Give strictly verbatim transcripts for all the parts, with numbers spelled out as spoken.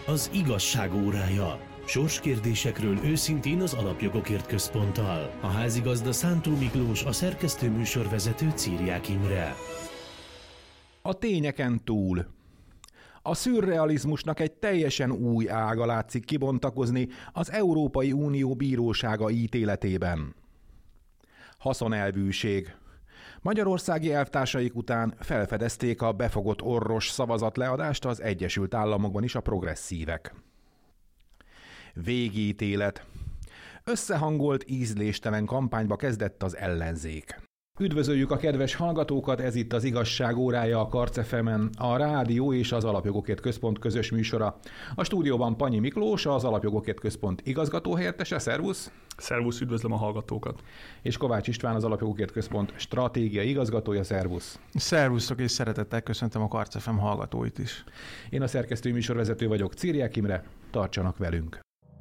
Az igazság órája. Sorskérdésekről őszintén az Alapjogokért Központtal. A házigazda Szántó Miklós, a szerkesztő műsorvezető Círiák Imre. A tényeken túl. A szürrealizmusnak egy teljesen új ága látszik kibontakozni az Európai Unió bírósága ítéletében. Haszonelvűség. Magyarországi elvtársaik után felfedezték a befogott orros szavazatleadást az Egyesült Államokban is a progresszívek. Végítélet. Összehangolt, ízléstelen kampányba kezdett az ellenzék. Üdvözöljük a kedves hallgatókat, ez itt az igazság órája a Karc ef emen, a Rádió és az Alapjogokért Központ közös műsora. A stúdióban Panyi Miklós, az Alapjogokért Központ igazgatóhelyettese, szervusz! Szervusz, üdvözlöm a hallgatókat! És Kovács István, az Alapjogokért Központ stratégiai igazgatója, szervusz! Szervusztok és szeretettel köszöntöm a Karc ef em hallgatóit is. Én a szerkesztő műsorvezető vagyok, Círiák Imre, tartsanak velünk!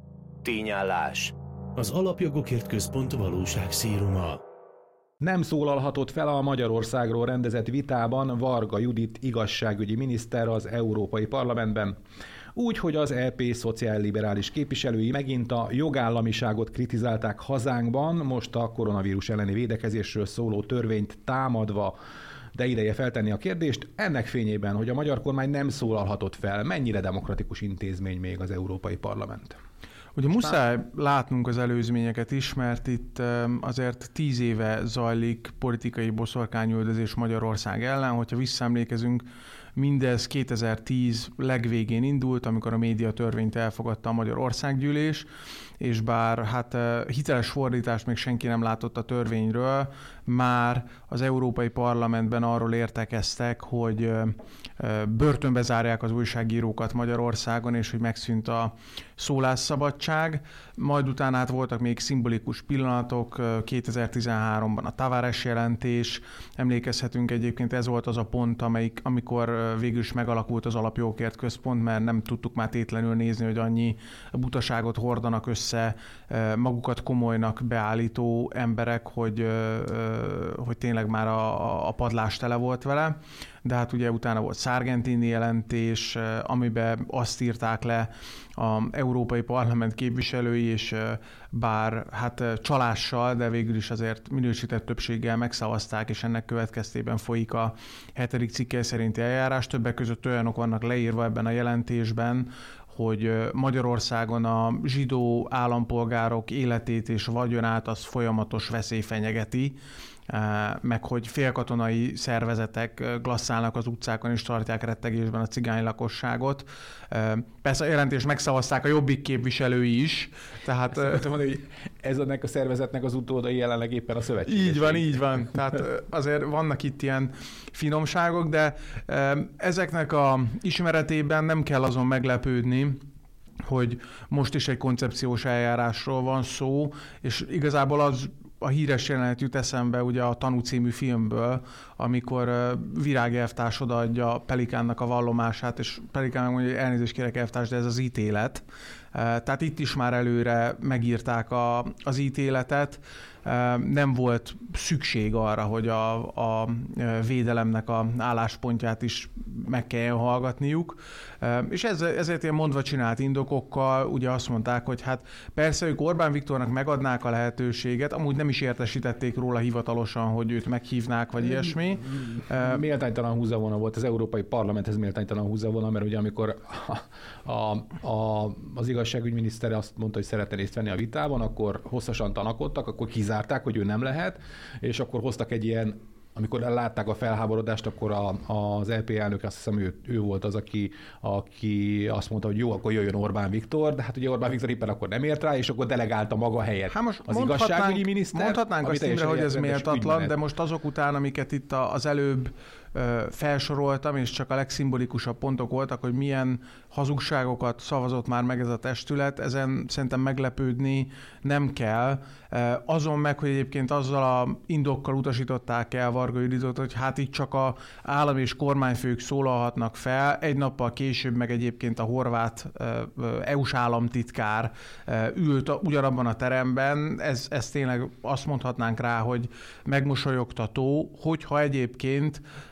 Tényállás. Az Alapjogokért Központ valóságszíruma. Nem szólalhatott fel a Magyarországról rendezett vitában Varga Judit igazságügyi miniszter az Európai Parlamentben. Úgy, hogy az é pé szociálliberális képviselői megint a jogállamiságot kritizálták hazánkban, most a koronavírus elleni védekezésről szóló törvényt támadva. De ideje feltenni a kérdést, ennek fényében, hogy a magyar kormány nem szólalhatott fel, mennyire demokratikus intézmény még az Európai Parlament? Ugye muszáj látnunk az előzményeket is, mert itt azért tíz éve zajlik politikai boszorkányüldözés Magyarország ellen. Hogyha visszaemlékezünk, mindez kétezer-tíz legvégén indult, amikor a médiatörvényt elfogadta a Magyar Országgyűlés, és bár hát hiteles fordítást még senki nem látott a törvényről, már az Európai Parlamentben arról értekeztek, hogy börtönbe zárják az újságírókat Magyarországon, és hogy megszűnt a szólásszabadság. Majd utána hát voltak még szimbolikus pillanatok, kétezer-tizenháromban a Tavares jelentés, emlékezhetünk egyébként, ez volt az a pont, amelyik, amikor végül is megalakult az Alapjogokért Központ, mert nem tudtuk már tétlenül nézni, hogy annyi butaságot hordanak össze magukat komolynak beállító emberek, hogy, hogy tényleg már a, a padlás tele volt vele. De hát ugye utána volt Sargentini jelentés, amiben azt írták le az Európai Parlament képviselői, és bár hát csalással, de végül is azért minősített többséggel megszavazták, és ennek következtében folyik a hetedik cikke szerinti eljárás. Többek között olyanok vannak leírva ebben a jelentésben, hogy Magyarországon a zsidó állampolgárok életét és vagyonát az folyamatos veszély fenyegeti, meg hogy félkatonai szervezetek glasszálnak az utcákon és tartják rettegésben a cigány lakosságot. Persze a jelentést megszavazták a Jobbik képviselői is. Tehát mondani, hogy ez ennek a szervezetnek az utódai jelenleg éppen a szövetségeség. Így van, így van. Tehát azért vannak itt ilyen finomságok, de ezeknek a ismeretében nem kell azon meglepődni, hogy most is egy koncepciós eljárásról van szó, és igazából az a híres jelenet jut eszembe ugye a Tanú című filmből, amikor Virág elvtárs odaadja Pelikánnak a vallomását, és Pelikán megmondja, hogy elnézést kérek elvtárs, de ez az ítélet. Tehát itt is már előre megírták a, az ítéletet. Nem volt szükség arra, hogy a, a védelemnek a álláspontját is meg kelljen hallgatniuk. És ez, ezért ilyen mondva csinált indokokkal ugye azt mondták, hogy hát persze ők Orbán Viktornak megadnák a lehetőséget, amúgy nem is értesítették róla hivatalosan, hogy őt meghívnák, vagy ilyesmi. Méltánytalan húzavona volt az Európai Parlamenthez méltánytalan húzavona, mert ugye amikor a, a, a, az igazságügyminiszter azt mondta, hogy szeretne részt venni a vitában, akkor hosszasan tanakodtak, akkor kizárták, hogy ő nem lehet, és akkor hoztak egy ilyen, amikor látták a felháborodást, akkor a, az é pé elnök, azt hiszem, ő, ő volt az, aki, aki azt mondta, hogy jó, akkor jöjjön Orbán Viktor, de hát ugye Orbán Viktor éppen akkor nem ért rá, és akkor delegálta maga helyett hát most az igazságügyi miniszter. Mondhatnánk azt Imre, hogy ez méltatlan, de most azok után, amiket itt az előbb felsoroltam, és csak a legszimbolikusabb pontok voltak, hogy milyen hazugságokat szavazott már meg ez a testület, ezen szerintem meglepődni nem kell. Azon meg, hogy egyébként azzal a indokkal utasították el Varga Juditot, hogy hát itt csak a állam és kormányfők szólalhatnak fel, egy nappal később meg egyébként a horvát é u-s államtitkár ült ugyanabban a teremben, ez, ez tényleg azt mondhatnánk rá, hogy megmosolyogtató, hogyha egyébként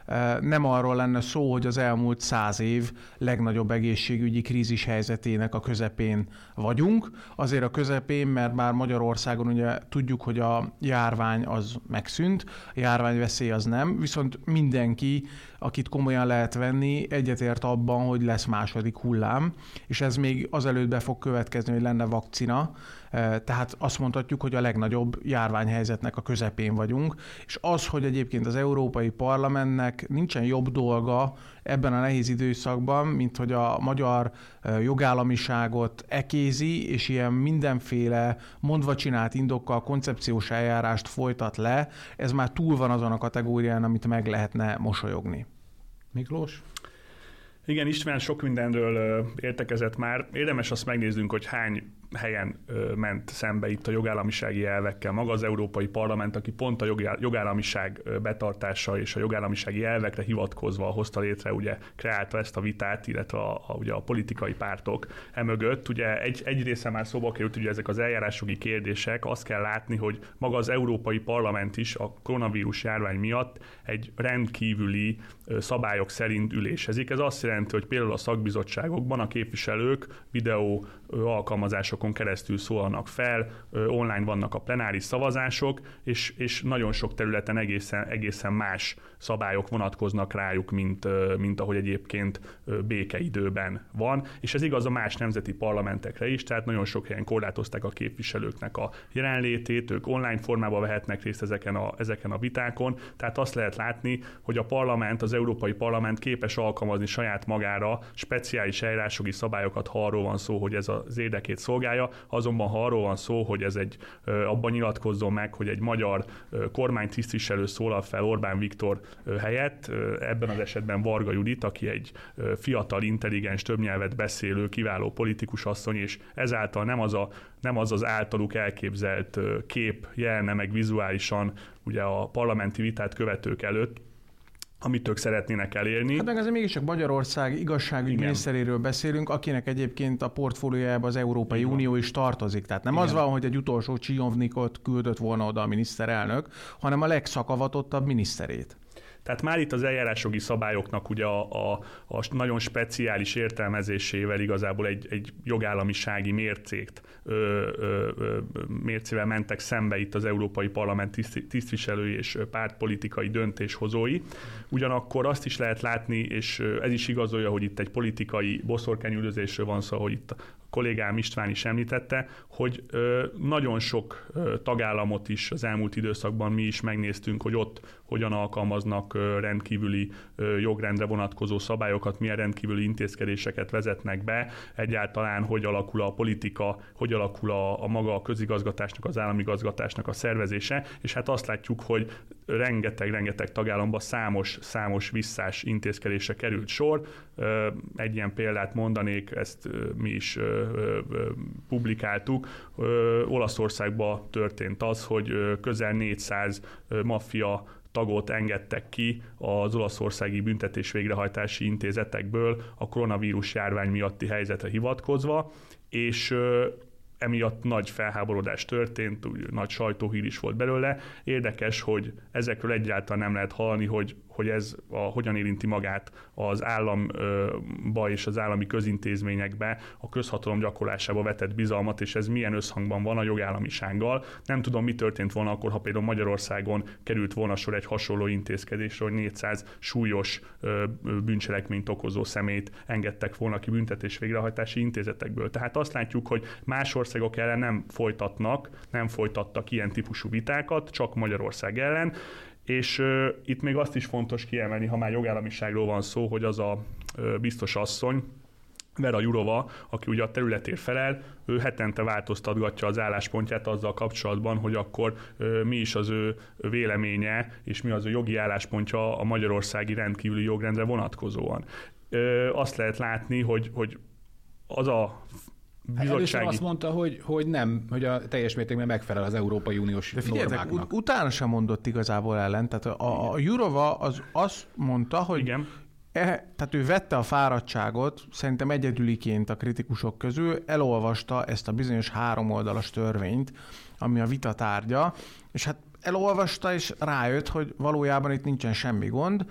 Nem arról lenne szó, hogy az elmúlt száz év legnagyobb egészségügyi krízis helyzetének a közepén vagyunk. Azért a közepén, mert már Magyarországon ugye tudjuk, hogy a járvány az megszűnt, a járványveszély az nem, viszont mindenki, akit komolyan lehet venni, egyetért abban, hogy lesz második hullám, és ez még azelőtt be fog következni, hogy lenne vakcina, tehát azt mondhatjuk, hogy a legnagyobb járványhelyzetnek a közepén vagyunk, és az, hogy egyébként az Európai Parlamentnek nincsen jobb dolga ebben a nehéz időszakban, mint hogy a magyar jogállamiságot ekézi, és ilyen mindenféle mondva csinált indokkal koncepciós eljárást folytat le, ez már túl van azon a kategórián, amit meg lehetne mosolyogni. Miklós? Igen, István sok mindenről értekezett már. Érdemes azt megnéznünk, hogy hány helyen ment szembe itt a jogállamisági elvekkel. Maga az Európai Parlament, aki pont a jogállamiság betartása és a jogállamisági elvekre hivatkozva hozta létre, ugye kreálta ezt a vitát, illetve a, a, ugye a politikai pártok emögött. Ugye egy, egy része már szóba került, ugye ezek az eljárásjogi kérdések. Azt kell látni, hogy maga az Európai Parlament is a koronavírus járvány miatt egy rendkívüli szabályok szerint ülésezik. Ez azt jelenti, hogy például a szakbizottságokban a képviselők videó alkalmazásokon keresztül szólalnak fel, online vannak a plenáris szavazások, és, és nagyon sok területen egészen, egészen más szabályok vonatkoznak rájuk, mint, mint ahogy egyébként békeidőben van, és ez igaz a más nemzeti parlamentekre is, tehát nagyon sok helyen korlátozták a képviselőknek a jelenlétét, ők online formában vehetnek részt ezeken a, ezeken a vitákon, tehát azt lehet látni, hogy a parlament, az Európai Parlament képes alkalmazni saját magára speciális eljárásjogi szabályokat, ha arról van szó, hogy ez az érdekét szolgálja, azonban ha arról van szó, hogy ez egy, abban nyilatkozzon meg, hogy egy magyar kormánytisztviselő szólal fel Orbán Viktor helyett, ebben az esetben Varga Judit, aki egy fiatal, intelligens, több nyelvet beszélő, kiváló politikus asszony, és ezáltal nem az, a, nem az az általuk elképzelt kép jelenne meg vizuálisan ugye a parlamenti vitát követők előtt, amit ők szeretnének elérni. Hát meg azért mégiscsak Magyarország igazságügyi miniszteréről beszélünk, akinek egyébként a portfóliójába az Európai Igen. Unió is tartozik. Tehát nem Igen. az van, hogy egy utolsó csijovnikot küldött volna oda a miniszterelnök, hanem a legszakavatottabb miniszterét. Tehát már itt az eljárásjogi szabályoknak ugye a, a, a nagyon speciális értelmezésével igazából egy, egy jogállamisági mércét, ö, ö, ö, mércével mentek szembe itt az Európai Parlament tiszt, tisztviselői és pártpolitikai döntéshozói. Ugyanakkor azt is lehet látni, és ez is igazolja, hogy itt egy politikai boszorkányüldözésről van szó, hogy itt a kollégám István is említette, hogy ö, nagyon sok ö, tagállamot is az elmúlt időszakban mi is megnéztünk, hogy ott hogyan alkalmaznak ö, rendkívüli ö, jogrendre vonatkozó szabályokat, milyen rendkívüli intézkedéseket vezetnek be, egyáltalán hogy alakul a politika, hogy alakul a, a maga a közigazgatásnak, az államigazgatásnak a szervezése, és hát azt látjuk, hogy rengeteg-rengeteg tagállamban számos, számos visszás intézkedésre került sor. Egy ilyen példát mondanék, ezt mi is publikáltuk. Olaszországban történt az, hogy közel négyszáz maffia tagot engedtek ki az olaszországi büntetés végrehajtási intézetekből a koronavírus járvány miatti helyzetre hivatkozva, és emiatt nagy felháborodás történt, úgy, nagy sajtóhír is volt belőle. Érdekes, hogy ezekről egyáltalán nem lehet hallani, hogy, hogy ez a, hogyan érinti magát az államba és az állami közintézményekbe, a közhatalom gyakorlásába vetett bizalmat, és ez milyen összhangban van a jogállamisággal. Nem tudom, mi történt volna akkor, ha például Magyarországon került volna sor egy hasonló intézkedésre, hogy négyszáz súlyos bűncselekményt okozó szemét engedtek volna ki büntetés végrehajtási intézetekből. Tehát azt látjuk, hogy más országok ellen nem folytatnak, nem folytattak ilyen típusú vitákat, csak Magyarország ellen, és uh, itt még azt is fontos kiemelni, ha már jogállamiságról van szó, hogy az a uh, biztos asszony, Vera Jourova, aki ugye a területért felel, ő hetente változtatgatja az álláspontját azzal kapcsolatban, hogy akkor uh, mi is az ő véleménye, és mi az ő jogi álláspontja a magyarországi rendkívüli jogrendre vonatkozóan. Uh, azt lehet látni, hogy, hogy az a bizottsági... Először azt mondta, hogy, hogy nem, hogy a teljes mértékben megfelel az Európai Uniós De figyeljetek, normáknak. Utána sem mondott igazából ellen. Tehát a, a Jourova az azt mondta, hogy Igen. E, tehát ő vette a fáradtságot, szerintem egyedüliként a kritikusok közül, elolvasta ezt a bizonyos háromoldalas törvényt, ami a vita tárgya, és hát elolvasta, és rájött, hogy valójában itt nincsen semmi gond.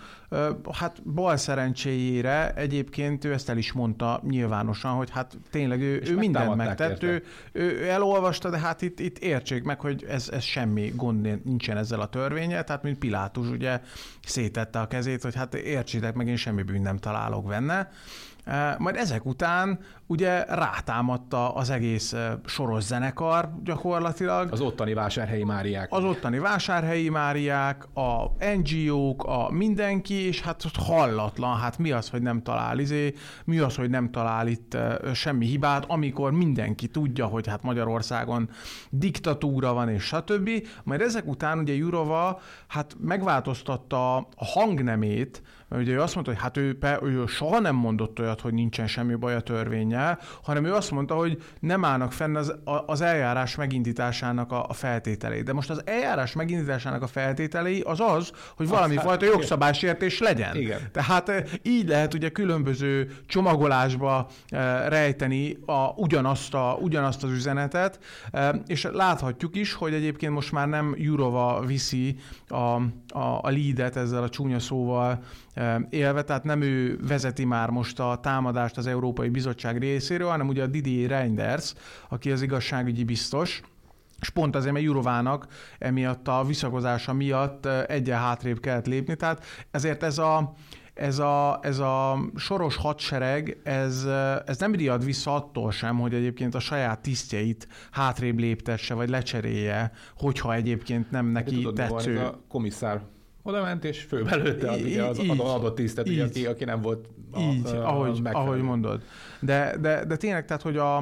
Hát bal szerencséjére egyébként ő ezt el is mondta nyilvánosan, hogy hát tényleg ő, ő mindent megtett, ő, ő elolvasta, de hát itt, itt értsék meg, hogy ez, ez semmi gond nincsen ezzel a törvénnyel, tehát mint Pilátus ugye szétette a kezét, hogy hát értsétek meg, én semmi bűn nem találok benne. Majd ezek után ugye rátámadta az egész Soros zenekar gyakorlatilag. Az ottani Vásárhelyi Máriák. Az ottani Vásárhelyi Máriák, a en gé ók, a mindenki, és hát hallatlan, hát mi az, hogy nem talál izé, mi az, hogy nem talál itt semmi hibát, amikor mindenki tudja, hogy hát Magyarországon diktatúra van, és stb. Majd ezek után ugye Jourova hát megváltoztatta a hangnemét, mert ugye ő azt mondta, hogy hát ő, ő soha nem mondott olyat, hogy nincsen semmi baj a törvénnyel, hanem ő azt mondta, hogy nem állnak fenn az, az eljárás megindításának a, a feltételei. De most az eljárás megindításának a feltételei az az, hogy valami hát, fajta jogszabálysértés legyen. Igen. Tehát így lehet ugye különböző csomagolásba rejteni a, ugyanazt, a, ugyanazt az üzenetet, és láthatjuk is, hogy egyébként most már nem Jourova viszi a, a, a leadet ezzel a csúnya szóval élve, tehát nem ő vezeti már most a támadást az Európai Bizottság részéről, hanem ugye a Didier Reynders, aki az igazságügyi biztos, és pont azért, mert Jourovának emiatt a visszakozása miatt egyen hátrébb kellett lépni, tehát ezért ez a Ez a, ez a Soros hadsereg, ez, ez nem riad vissza attól sem, hogy egyébként a saját tisztjeit hátrébb léptesse, vagy lecserélje, hogyha egyébként nem neki tudod, tetsző. Van, ez a komisszár oda ment, és főbelőtte az, ugye, az így, adott tisztet, ugye, aki, aki nem volt a, így, a, ahogy, a ahogy mondod. De, de, de tényleg, tehát, hogy a,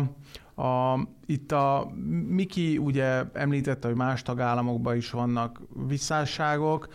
a, itt a Miki ugye említette, hogy más tagállamokban is vannak visszásságok,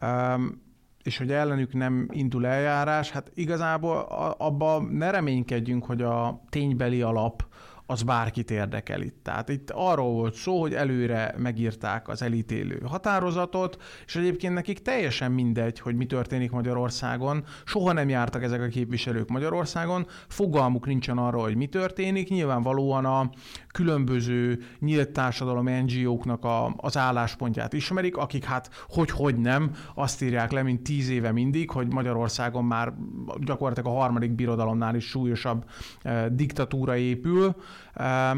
um, és hogy ellenük nem indul eljárás, hát igazából abban ne reménykedjünk, hogy a ténybeli alap az bárkit érdekel itt. Tehát itt arról volt szó, hogy előre megírták az elítélő határozatot, és egyébként nekik teljesen mindegy, hogy mi történik Magyarországon. Soha nem jártak ezek a képviselők Magyarországon, fogalmuk nincsen arról, hogy mi történik. Nyilvánvalóan a különböző nyílt társadalom en gé óknak a, az álláspontját ismerik, akik hát hogy-hogy nem, azt írják le, mint tíz éve mindig, hogy Magyarországon már gyakorlatilag a harmadik birodalomnál is súlyosabb eh, diktatúra épül, eh,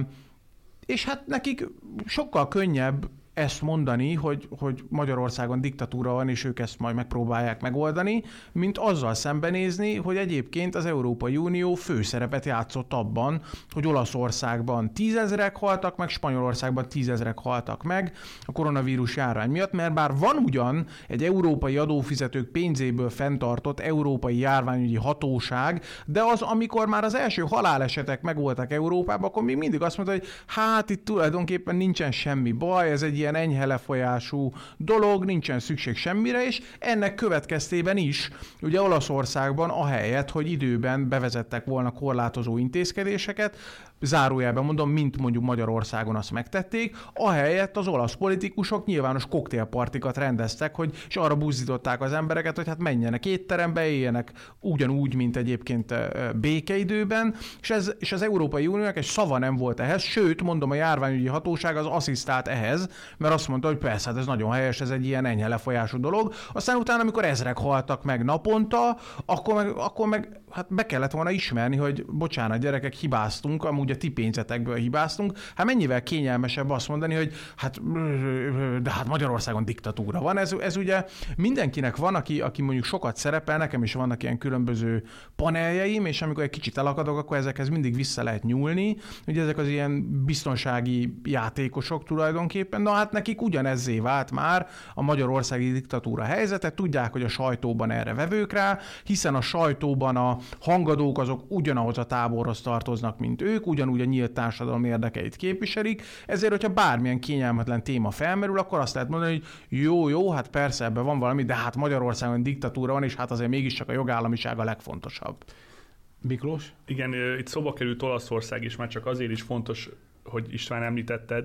és hát nekik sokkal könnyebb ezt mondani, hogy, hogy Magyarországon diktatúra van, és ők ezt majd megpróbálják megoldani, mint azzal szembenézni, hogy egyébként az Európai Unió főszerepet játszott abban, hogy Olaszországban tízezrek haltak meg, Spanyolországban tízezrek haltak meg a koronavírus járvány miatt, mert bár van ugyan egy európai adófizetők pénzéből fenntartott európai járványügyi hatóság, de az, amikor már az első halálesetek megvoltak Európában, akkor még mindig azt mondta, hogy hát itt tulajdonképpen nincsen semmi baj, ez egy ilyen enyhe lefolyású dolog, nincsen szükség semmire, és ennek következtében is, ugye Olaszországban ahelyett, hogy időben bevezettek volna korlátozó intézkedéseket, zárójelben mondom, mint mondjuk Magyarországon azt megtették, ahelyett az olasz politikusok nyilvános koktélpartikat rendeztek, hogy, és arra buzdították az embereket, hogy hát menjenek étterembe, éljenek ugyanúgy, mint egyébként békeidőben, és, ez, és az Európai Uniónak egy szava nem volt ehhez, sőt, mondom, a járványügyi hatóság az asszisztált ehhez, mert azt mondta, hogy persze, hát ez nagyon helyes, ez egy ilyen enyhe lefolyású dolog. Aztán utána, amikor ezrek haltak meg naponta, akkor meg, akkor meg hát be kellett volna ismerni, hogy bocsánat, gyerekek, hibáztunk, amúgy a ti pénzetekből hibáztunk. Hát mennyivel kényelmesebb azt mondani, hogy hát, de hát Magyarországon diktatúra van. Ez, ez ugye mindenkinek van, aki, aki mondjuk sokat szerepel, nekem is vannak ilyen különböző paneljeim, és amikor egy kicsit elakadok, akkor ezekhez mindig vissza lehet nyúlni. Ugye ezek az ilyen biztonsági játékosok tulajdonképpen, na hát nekik ugyanezzé vált már a magyarországi diktatúra helyzete, tudják, hogy a sajtóban erre vevők rá, hiszen a sajtóban a hangadók azok ugyanahoz a táborhoz tartoznak, mint ők, ugyanúgy a nyílt társadalom érdekeit képviselik, ezért, hogyha bármilyen kényelmetlen téma felmerül, akkor azt lehet mondani, hogy jó, jó, hát persze ebben van valami, de hát Magyarországon diktatúra van, és hát azért mégiscsak a jogállamiság a legfontosabb. Miklós? Igen, itt szóba került Olaszország is, már csak azért is fontos, hogy István említetted,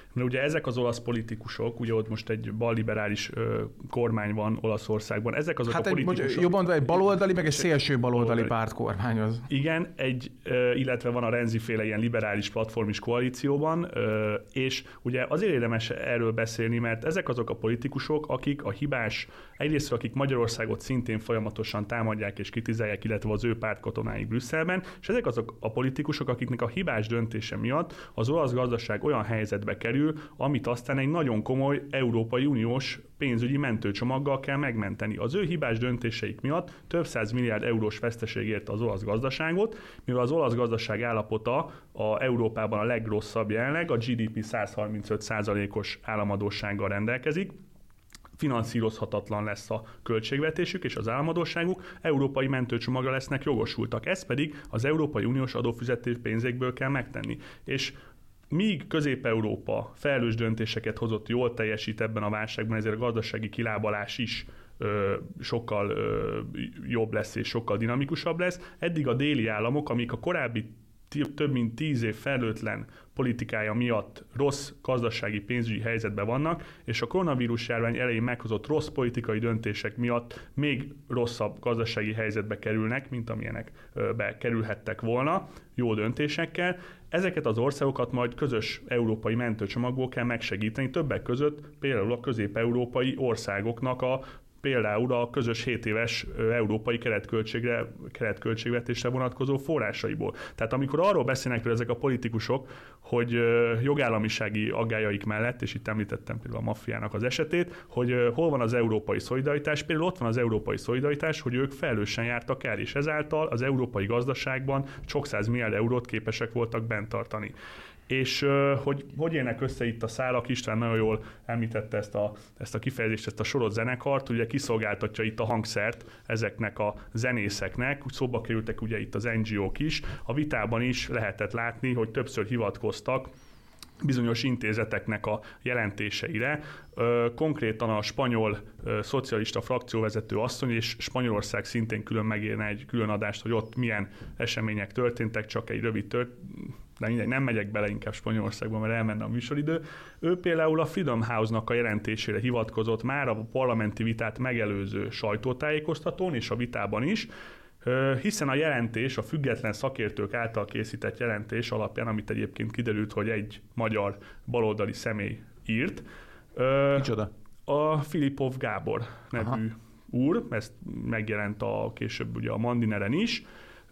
Mert ugye ezek az olasz politikusok, ugye ott most egy balliberális ö, kormány van Olaszországban, ezek azok hát a politikusok... Hát jobban egy baloldali, meg egy szélső baloldali párt kormányoz. Igen, egy, ö, illetve van a Renzi-féle ilyen liberális platform is koalícióban, ö, és ugye azért érdemes erről beszélni, mert ezek azok a politikusok, akik a hibás, egyrészt akik Magyarországot szintén folyamatosan támadják és kritizálják, illetve az ő pártkatonáik Brüsszelben, és ezek azok a politikusok, akiknek a hibás döntése miatt az olasz gazdaság olyan helyzetbe kerül, amit aztán egy nagyon komoly Európai Uniós pénzügyi mentőcsomaggal kell megmenteni. Az ő hibás döntéseik miatt több száz milliárd eurós veszteség érte az olasz gazdaságot, mivel az olasz gazdaság állapota a Európában a legrosszabb jelenleg, a gé dé pé száz harmincöt százalékos államadóssággal rendelkezik, finanszírozhatatlan lesz a költségvetésük és az államadósságuk, európai mentőcsomagra lesznek jogosultak. Ezt pedig az Európai Uniós adófizetés pénzékből kell megtenni. És míg Közép-Európa felelős döntéseket hozott, jól teljesít ebben a válságban, ezért a gazdasági kilábalás is ö, sokkal ö, jobb lesz és sokkal dinamikusabb lesz. Eddig a déli államok, amik a korábbi több mint tíz év felelőtlen politikája miatt rossz gazdasági pénzügyi helyzetben vannak, és a koronavírus járvány elején meghozott rossz politikai döntések miatt még rosszabb gazdasági helyzetbe kerülnek, mint amilyenekbe kerülhettek volna jó döntésekkel. Ezeket az országokat majd közös európai mentőcsomagból kell megsegíteni, többek között például a közép-európai országoknak a például a közös hét éves európai keretköltségre, keretköltségvetésre vonatkozó forrásaiból. Tehát amikor arról beszélnek ezek a politikusok, hogy jogállamisági aggájaik mellett, és itt említettem például a maffiának az esetét, hogy hol van az európai szolidaritás, például ott van az európai szolidaritás, hogy ők felelősen jártak el, és ezáltal az európai gazdaságban sok száz milliárd eurót képesek voltak bent tartani. És hogy hogy élnek össze itt a szálak, István nagyon jól említette ezt a, ezt a kifejezést, ezt a sorot zenekart, ugye kiszolgáltatja itt a hangszert ezeknek a zenészeknek, úgy szóba kerültek ugye itt az en gé ó-k is, a vitában is lehetett látni, hogy többször hivatkoztak bizonyos intézeteknek a jelentéseire. Konkrétan a spanyol szocialista frakcióvezető asszony, és Spanyolország szintén külön megérne egy külön adást, hogy ott milyen események történtek, csak egy rövid tört, de mindegy, nem megyek bele inkább Spanyolországban, mert elmenne a műsoridő. Ő például a Freedom House-nak a jelentésére hivatkozott már a parlamenti vitát megelőző sajtótájékoztatón, és a vitában is, hiszen a jelentés, a független szakértők által készített jelentés alapján, amit egyébként kiderült, hogy egy magyar baloldali személy írt. Kicsoda? A Filipov Gábor nevű Aha. úr, ezt megjelent a később ugye a Mandineren is,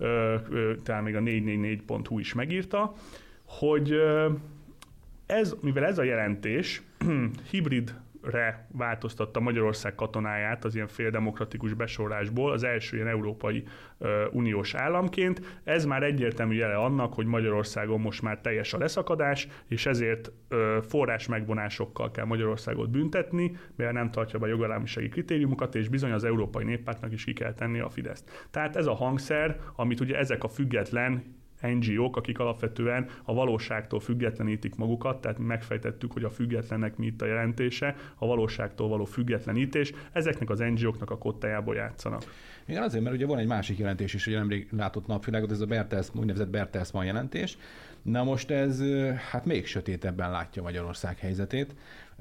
talán még a négy négy négy pont hu is megírta, hogy ez, mivel ez a jelentés hibridre változtatta Magyarország katonáját az ilyen féldemokratikus besorolásból az első ilyen Európai Uniós államként, ez már egyértelmű jele annak, hogy Magyarországon most már teljes a leszakadás, és ezért forrás megvonásokkal kell Magyarországot büntetni, mivel nem tartja be a jogállamisági kritériumokat, és bizony az Európai Néppártnak is ki kell tenni a Fideszt. Tehát ez a hangszer, amit ugye ezek a független en gé ó-k, akik alapvetően a valóságtól függetlenítik magukat, tehát mi megfejtettük, hogy a függetlennek mi itt a jelentése, a valóságtól való függetlenítés, ezeknek az en gé ó-knak a kottájából játszanak. Igen, azért, mert ugye van egy másik jelentés is, hogy nemrég látott napvilágot, ez a Bertelsmann, úgynevezett Bertelsmann jelentés. Na most ez hát még sötétebben látja Magyarország helyzetét.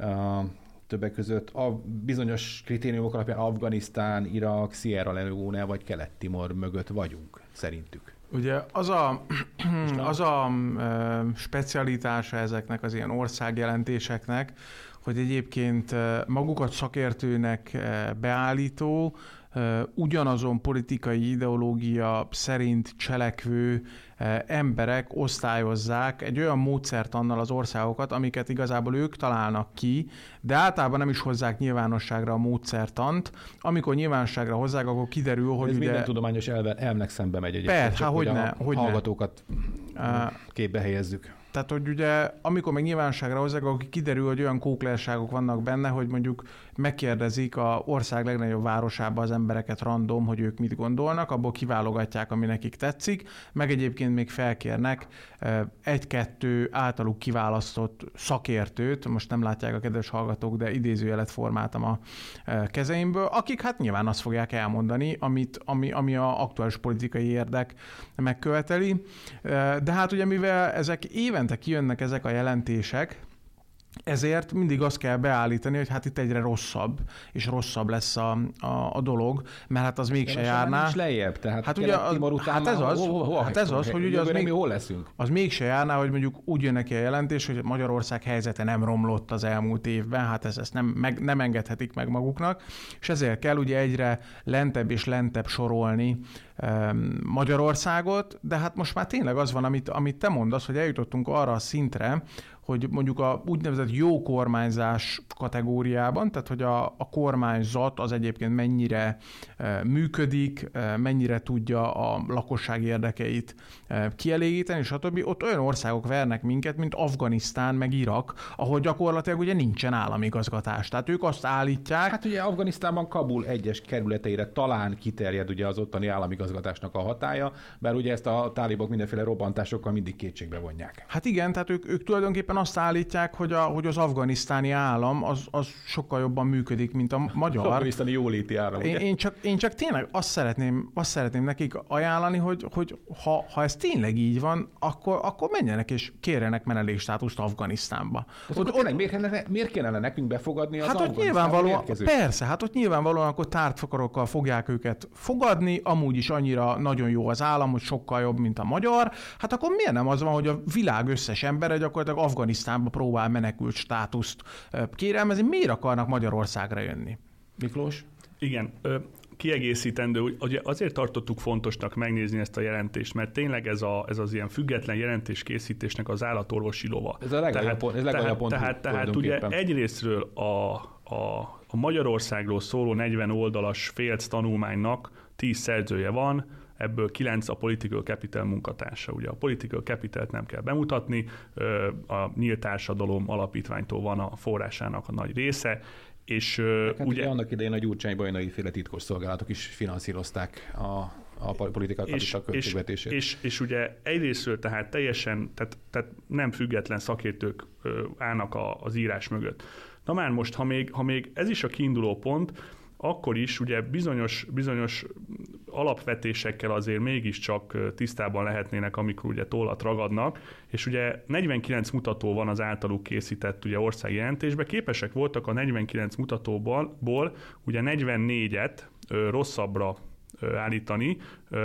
Többek között a bizonyos kritériumok alapján Afganisztán, Irak, Sierra Leone vagy Kelet-Timor mögött vagyunk, szerintük. Ugye az a, az a e, specialitása ezeknek az ilyen országjelentéseknek, hogy egyébként magukat szakértőnek beállító, ugyanazon politikai ideológia szerint cselekvő emberek osztályozzák egy olyan módszertannal az országokat, amiket igazából ők találnak ki, de általában nem is hozzák nyilvánosságra a módszertant. Amikor nyilvánosságra hozzák, akkor kiderül, hogy ez ugye... minden tudományos elven, elvnek szembe megy egyébként. Persze, hát hogy hogyne, a hogyne. hallgatókat képbe helyezzük. Tehát, hogy ugye, amikor meg nyilvánosságra hozzák, akkor kiderül, hogy olyan kóklerságok vannak benne, hogy mondjuk megkérdezik a ország legnagyobb városába az embereket random, hogy ők mit gondolnak, abból kiválogatják, ami nekik tetszik, meg egyébként még felkérnek egy-kettő általuk kiválasztott szakértőt, most nem látják a kedves hallgatók, de idézőjelet formáltam a kezeimből, akik hát nyilván azt fogják elmondani, amit, ami, ami a aktuális politikai érdek megköveteli. De hát ugye mivel ezek évente kijönnek ezek a jelentések, Ezért mindig azt kell beállítani, hogy hát itt egyre rosszabb, és rosszabb lesz a, a, a dolog, mert hát az mégse járná. Nincs lejjebb, tehát hát ugye az, után hát ez az, hol, hol, hát ez az, hogy ugye az még, hol leszünk? Az mégse járná, hogy mondjuk úgy jön neki a jelentés, hogy Magyarország helyzete nem romlott az elmúlt évben, hát ez, ezt nem, meg, nem engedhetik meg maguknak, és ezért kell ugye egyre lentebb és lentebb sorolni um, Magyarországot, de hát most már tényleg az van, amit, amit te mondasz, hogy eljutottunk arra a szintre, hogy mondjuk a úgynevezett jó kormányzás kategóriában, tehát hogy a, a kormányzat az egyébként mennyire e, működik, e, mennyire tudja a lakosság érdekeit e, kielégíteni, stb. Ott olyan országok vernek minket, mint Afganisztán, meg Irak, ahol gyakorlatilag ugye nincsen államigazgatás. Tehát ők azt állítják... Hát ugye Afganisztánban Kabul egyes kerületeire talán kiterjed ugye az ottani államigazgatásnak a hatálya, bár ugye ezt a tálibok mindenféle robbantásokkal mindig kétségbe vonják. Hát igen, tehát ők, ők tulajdonképpen azt állítják, hogy, a, hogy az afganisztáni állam az, az sokkal jobban működik, mint a magyar. Az afganisztáni jóléti állam, én, én, csak, én csak tényleg azt szeretném, azt szeretném nekik ajánlani, hogy, hogy ha, ha ez tényleg így van, akkor, akkor menjenek és kérjenek menedékstátuszt Afganisztánba. Ott, ott, tényleg, miért, kellene, miért kellene nekünk befogadni az hát ott nyilvánvalóan, persze, hát ott nyilvánvalóan akkor tártfakarokkal fogják őket fogadni, amúgy is annyira nagyon jó az állam, hogy sokkal jobb, mint a magyar. Hát akkor miért nem az van, hogy a világ összes embere gyakorlatilag Afganisztánba próbál menekült státuszt kérelmezni? Miért akarnak Magyarországra jönni? Miklós? Igen, kiegészítendő, ugye azért tartottuk fontosnak megnézni ezt a jelentést, mert tényleg ez, a, ez az ilyen független jelentéskészítésnek az állatorvosi lova. Ez a legaljabb pont. Ez tehát, tehát, tehát, tehát ugye egyrésztről a, a, a Magyarországról szóló negyven oldalas félc tanulmánynak tíz szerzője van, ebből kilenc a Political Capital munkatársa. Ugye a Political Capitalt nem kell bemutatni, a Nyílt Társadalom alapítványtól van a forrásának a nagy része, és hát ugye, ugye annak idején a Gyurcsány-Bajnai féle titkos szolgálatok is finanszírozták a, a Political Capital költségvetését. És, és, és ugye egyrészről tehát teljesen, tehát, tehát nem független szakértők állnak a, az írás mögött. Na már most, ha még, ha még ez is a kiinduló pont, akkor is ugye bizonyos, bizonyos alapvetésekkel azért mégiscsak tisztában lehetnének, amikor ugye tollat ragadnak, és ugye negyvenkilenc mutató van az általuk készített ugye országi jelentésben, képesek voltak a negyvenkilenc mutatóból ból, ugye negyvennégyet ö, rosszabbra állítani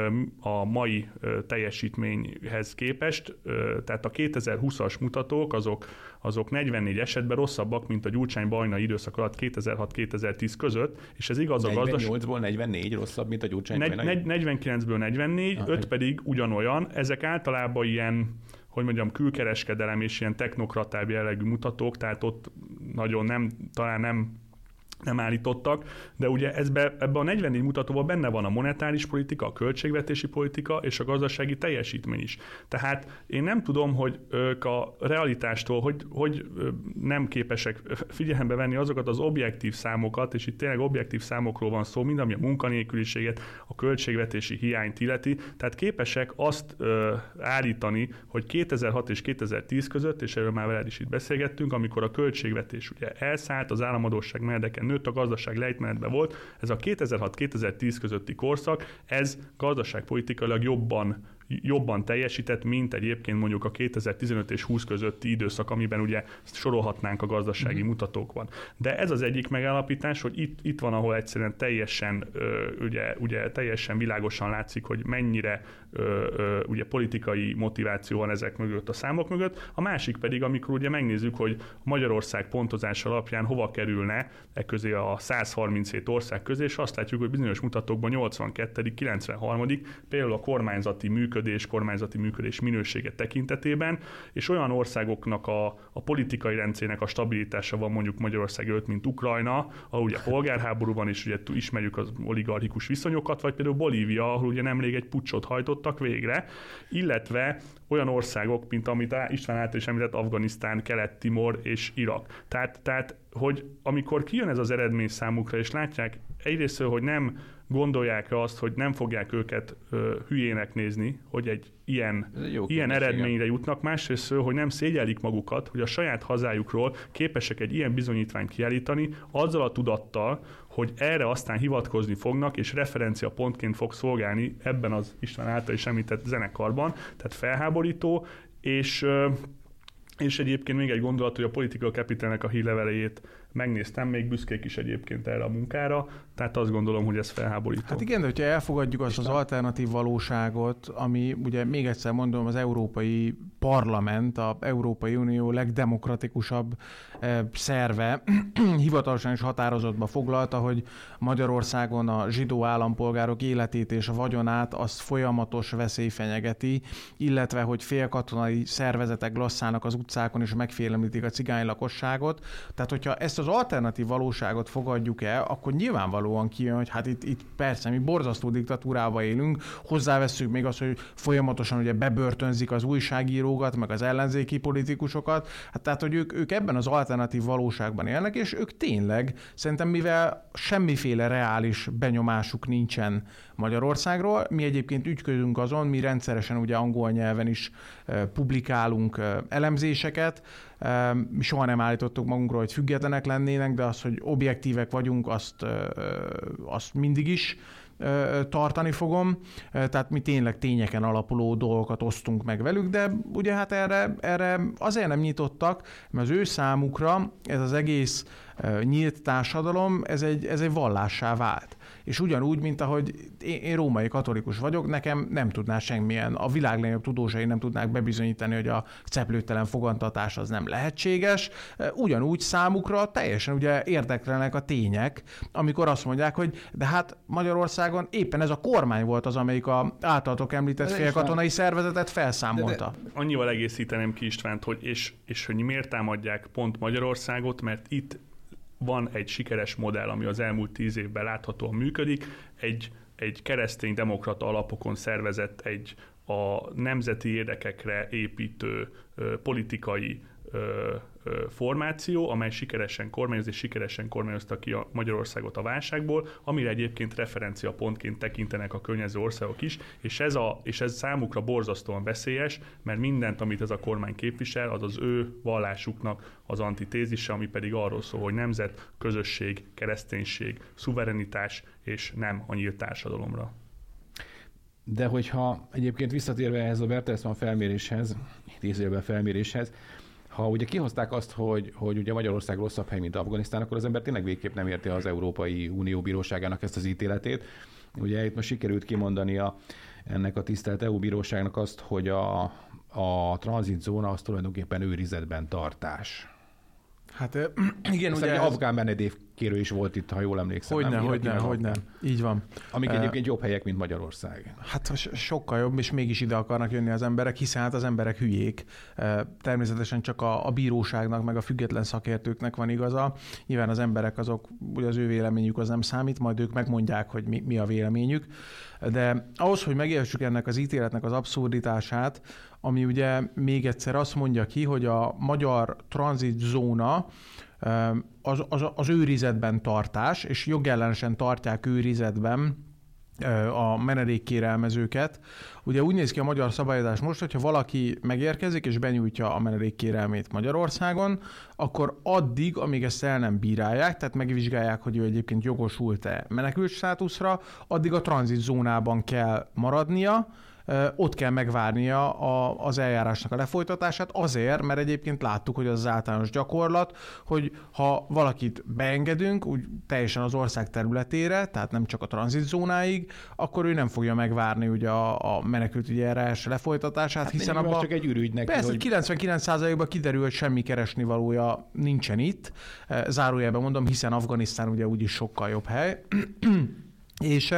a mai teljesítményhez képest, tehát a kétezer-húszas mutatók azok, azok negyvennégy esetben rosszabbak, mint a Gyurcsány-Bajnai időszak alatt kétezer-hat-kétezer-tíz között, és ez igaz a gazdaság... negyvennyolcból negyvennégy rosszabb, mint a Gyurcsány-Bajnai? negyvenkilencből negyvennégy, ah, öt pedig ugyanolyan. Ezek általában ilyen, hogy mondjam, külkereskedelem és ilyen technokratább jellegű mutatók, tehát ott nagyon nem, talán nem nem állítottak, de ugye ezbe, ebben a negyvennégy mutatóban benne van a monetáris politika, a költségvetési politika és a gazdasági teljesítmény is. Tehát én nem tudom, hogy ők a realitástól, hogy, hogy nem képesek figyelembe venni azokat az objektív számokat, és itt tényleg objektív számokról van szó, mind ami a munkanélküliséget, a költségvetési hiányt illeti, tehát képesek azt ö, állítani, hogy kétezer-hat és kétezer-tíz között, és erről már veled is itt beszélgettünk, amikor a költségvetés ugye elszállt, az államadósság meredeken nőtt, a gazdaság lejtmenetben volt, ez a kétezer-hat kétezer-tíz közötti korszak, ez gazdaságpolitikailag jobban jobban teljesített, mint egyébként mondjuk a kétezer-tizenöt és húsz közötti időszak, amiben ugye sorolhatnánk a gazdasági mm-hmm. mutatókban. De ez az egyik megállapítás, hogy itt, itt van, ahol egyszerűen teljesen, ö, ugye, ugye teljesen világosan látszik, hogy mennyire ö, ö, ugye politikai motiváció van ezek mögött, a számok mögött. A másik pedig, amikor ugye megnézzük, hogy Magyarország pontozás alapján hova kerülne e közé a száz harminchét ország közé, és azt látjuk, hogy bizonyos mutatókban nyolcvankettő kilencvenharmadik például a kormányzati működés kormányzati működés minősége tekintetében, és olyan országoknak a, a politikai rendszerének a stabilitása van mondjuk Magyarország előtt, mint Ukrajna, ahol ugye polgárháború van, és ugye ismerjük az oligarchikus viszonyokat, vagy például Bolívia, ahol ugye nemrég egy puccsot hajtottak végre, illetve olyan országok, mint amit István által is említett, Afganisztán, Kelet-Timor és Irak. Tehát, tehát, hogy amikor kijön ez az eredmény számukra, és látják egyrészt, hogy nem gondolják azt, hogy nem fogják őket ö, hülyének nézni, hogy egy ilyen, ilyen eredményre jutnak, másrészt, hogy nem szégyellik magukat, hogy a saját hazájukról képesek egy ilyen bizonyítványt kiállítani, azzal a tudattal, hogy erre aztán hivatkozni fognak, és referenciapontként fog szolgálni ebben az István által is említett zenekarban, tehát felháborító, és ö, És egyébként még egy gondolat, hogy a Political Capitalnek a hírlevelejét megnéztem, még büszkék is egyébként erre a munkára, tehát azt gondolom, hogy ez felháborító. Hát igen, de hogyha elfogadjuk azt az alternatív valóságot, ami ugye még egyszer mondom, az Európai Parlament, az Európai Unió legdemokratikusabb szerve hivatalosan is határozatba foglalta, hogy Magyarországon a zsidó állampolgárok életét és a vagyonát azt folyamatos veszély fenyegeti, illetve hogy félkatonai szervezetek lasszálnak az utcákon és megfélemlítik a cigány lakosságot. Tehát, hogyha ezt az alternatív valóságot fogadjuk el, akkor nyilvánvalóan kijön, hogy hát itt, itt persze mi borzasztó diktatúrába élünk, hozzávesszük még azt, hogy folyamatosan ugye bebörtönzik az újságírókat, meg az ellenzéki politikusokat, hát tehát, hogy ők, ők ebben az alternatív valóságban élnek, és ők tényleg, szerintem mivel semmiféle reális benyomásuk nincsen Magyarországról, mi egyébként ügyködünk azon, mi rendszeresen ugye angol nyelven is publikálunk elemzéseket, mi soha nem állítottuk magunkról, hogy függetlenek lennének, de az, hogy objektívek vagyunk, azt, azt mindig is tartani fogom. Tehát mi tényleg tényeken alapuló dolgokat osztunk meg velük, de ugye hát erre, erre azért nem nyitottak, mert az ő számukra ez az egész nyílt társadalom, ez egy, ez egy vallássá vált. És ugyanúgy, mint ahogy én, én római katolikus vagyok, nekem nem tudná semmilyen, a világ legnagyobb tudósai nem tudnák bebizonyítani, hogy a ceplőtelen fogantatás az nem lehetséges. Ugyanúgy számukra teljesen ugye érdeklenek a tények, amikor azt mondják, hogy de hát Magyarországon éppen ez a kormány volt az, amelyik a általatok említett félkatonai szervezetet felszámolta. De, de annyival egészíteném ki Istvánt, hogy és, és hogy miért támadják pont Magyarországot, mert itt van egy sikeres modell, ami az elmúlt tíz évben láthatóan működik, egy, egy keresztény demokrata alapokon szervezett, egy a nemzeti érdekekre építő ö, politikai ö, ö, formáció, amely sikeresen kormányoz és sikeresen kormányozta ki a Magyarországot a válságból, amire egyébként referenciapontként tekintenek a környező országok is, és ez, a, és ez számukra borzasztóan veszélyes, mert mindent, amit ez a kormány képvisel, az az ő vallásuknak az antitézise, ami pedig arról szól, hogy nemzet, közösség, kereszténység, szuverenitás és nem a nyílt társadalomra. De hogyha egyébként visszatérve ehhez a Bertelsmann felméréshez, tízévben felméréshez, ha ugye kihozták azt, hogy, hogy ugye Magyarország rosszabb hely, mint Afganisztán, akkor az ember tényleg végképp nem érti az Európai Unió Bíróságának ezt az ítéletét. Ugye itt most sikerült kimondania ennek a tisztelt é u bíróságnak azt, hogy a, a tranzitzóna az tulajdonképpen őrizetben tartás. Hát igen, Ezt ugye... Ez... afgán menedékkérő is volt itt, ha jól emlékszem. Hogyne, hogyne, hogyne. Így van. Amik uh, egyébként jobb helyek, mint Magyarország. Hát sokkal jobb, és mégis ide akarnak jönni az emberek, hiszen hát az emberek hülyék. Természetesen csak a, a bíróságnak, meg a független szakértőknek van igaza. Nyilván az emberek azok, ugye az ő véleményük az nem számít, majd ők megmondják, hogy mi, mi a véleményük. De ahhoz, hogy megértsük ennek az ítéletnek az abszurditását, ami ugye még egyszer azt mondja ki, hogy a magyar tranzitzóna az, az, az őrizetben tartás, és jogellenesen tartják őrizetben a menedékkérelmezőket. Ugye úgy néz ki a magyar szabályozás most, hogyha valaki megérkezik és benyújtja a menedékkérelmét Magyarországon, akkor addig, amíg ezt el nem bírálják, tehát megvizsgálják, hogy ő egyébként jogosult-e menekült státuszra, addig a tranzitzónában kell maradnia, ott kell megvárnia a, az eljárásnak a lefolytatását, azért, mert egyébként láttuk, hogy az, az általános gyakorlat, hogy ha valakit beengedünk úgy teljesen az ország területére, tehát nem csak a tranzitzónáig, akkor ő nem fogja megvárni ugye a, a menekültügyi eljárás lefolytatását, hát hiszen abban... csak egy ürügy neki, persze, hogy... kilencvenkilenc százalékban kiderül, hogy semmi keresni valója nincsen itt. Zárójelben mondom, hiszen Afganisztán ugye úgyis sokkal jobb hely. és...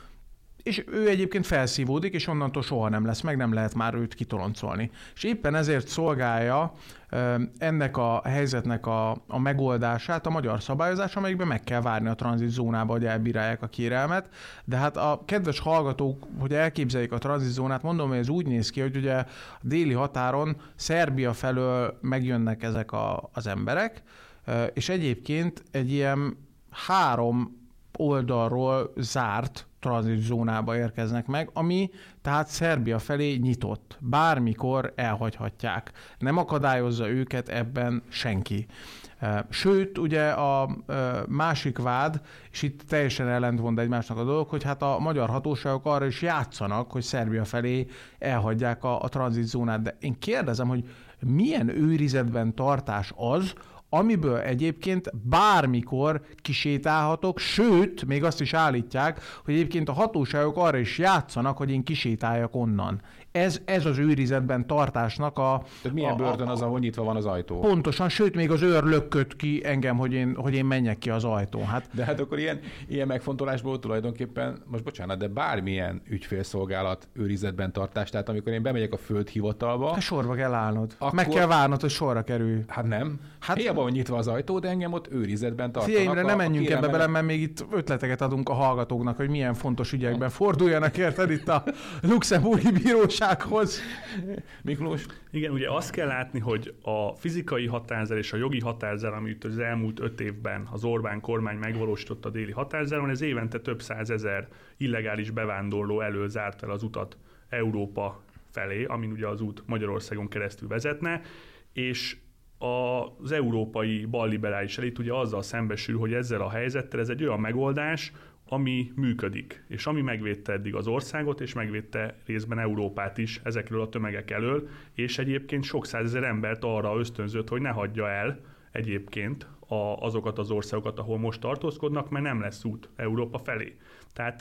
és ő egyébként felszívódik, és onnantól soha nem lesz, meg nem lehet már őt kitoloncolni. És éppen ezért szolgálja ennek a helyzetnek a, a megoldását a magyar szabályozás, amelyikben meg kell várni a tranzitzónába, hogy elbírálják a kérelmet. De hát a kedves hallgatók, hogy elképzeljék a tranzitzónát, mondom, hogy ez úgy néz ki, hogy ugye a déli határon Szerbia felől megjönnek ezek a, az emberek, és egyébként egy ilyen három oldalról zárt tranzitzónába érkeznek meg, ami tehát Szerbia felé nyitott. Bármikor elhagyhatják. Nem akadályozza őket ebben senki. Sőt, ugye a másik vád, és itt teljesen ellentmond egymásnak a dolog, hogy hát a magyar hatóságok arra is játszanak, hogy Szerbia felé elhagyják a, a tranzitzónát. De én kérdezem, hogy milyen őrizetben tartás az, amiből egyébként bármikor kisétálhatok, sőt, még azt is állítják, hogy egyébként a hatóságok arra is játszanak, hogy én kisétáljak onnan. Ez, ez az őrizetben tartásnak a... Tehát milyen a, börtön a, az, ahol nyitva van az ajtó? Pontosan, sőt, még az őr lökkött ki engem, hogy én, hogy én menjek ki az ajtón. Hát, de hát akkor ilyen, ilyen megfontolásból tulajdonképpen, most bocsánat, de bármilyen ügyfélszolgálat őrizetben tartás, tehát amikor én bemegyek a földhivatalba... Te sorba kell állnod. Akkor... Meg kell várnod, hogy sorra kerülj. Hát nem. Hát hiába van nyitva az ajtó, de engem ott őrizetben tartanak. Figyelj, ne menjünk ebbe bele, meg... mert még itt ötleteket adunk a hallgatóknak, hogy milyen fontos ügyekben forduljanak, érted, itt a luxemburgi bírósághoz. Miklós? Igen, ugye azt kell látni, hogy a fizikai határozat és a jogi határozat, amit az elmúlt öt évben az Orbán kormány megvalósított a déli határzáron, ez évente több százezer illegális bevándorló elől zárt el az utat Európa felé, amin ugye az út Magyarországon keresztül vezetne, és az európai balliberális elit ugye azzal szembesül, hogy ezzel a helyzettel ez egy olyan megoldás, ami működik, és ami megvédte eddig az országot, és megvédte részben Európát is ezekről a tömegek elől, és egyébként sok százezer embert arra ösztönzött, hogy ne hagyja el egyébként a, azokat az országokat, ahol most tartózkodnak, mert nem lesz út Európa felé. Tehát,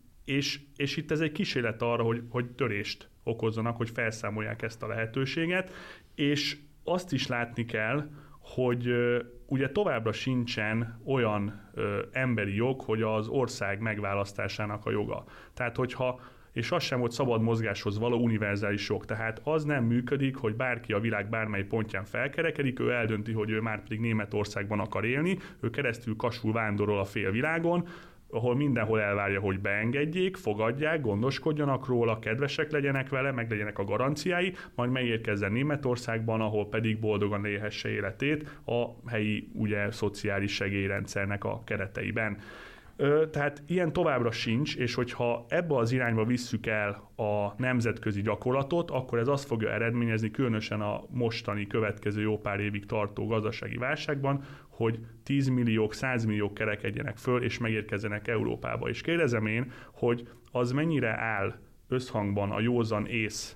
és, és itt ez egy kísérlet arra, hogy, hogy törést okozzanak, hogy felszámolják ezt a lehetőséget, és azt is látni kell, hogy ugye továbbra sincsen olyan ö, emberi jog, hogy az ország megválasztásának a joga. Tehát hogyha, és az sem, hogy szabad mozgáshoz való univerzális jog. Tehát az nem működik, hogy bárki a világ bármely pontján felkerekedik, ő eldönti, hogy ő már pedig Németországban akar élni, ő keresztül kasul vándorol a fél világon, ahol mindenhol elvárja, hogy beengedjék, fogadják, gondoskodjanak róla, kedvesek legyenek vele, meg legyenek a garanciái, majd megérkezzen Németországban, ahol pedig boldogan élhesse életét a helyi ugye, szociális segélyrendszernek a kereteiben. Tehát ilyen továbbra sincs, és hogyha ebbe az irányba visszük el a nemzetközi gyakorlatot, akkor ez azt fogja eredményezni, különösen a mostani következő jó pár évig tartó gazdasági válságban, hogy tízmilliók, százmilliók kerekedjenek föl, és megérkezzenek Európába. És kérdezem én, hogy az mennyire áll összhangban a józan ész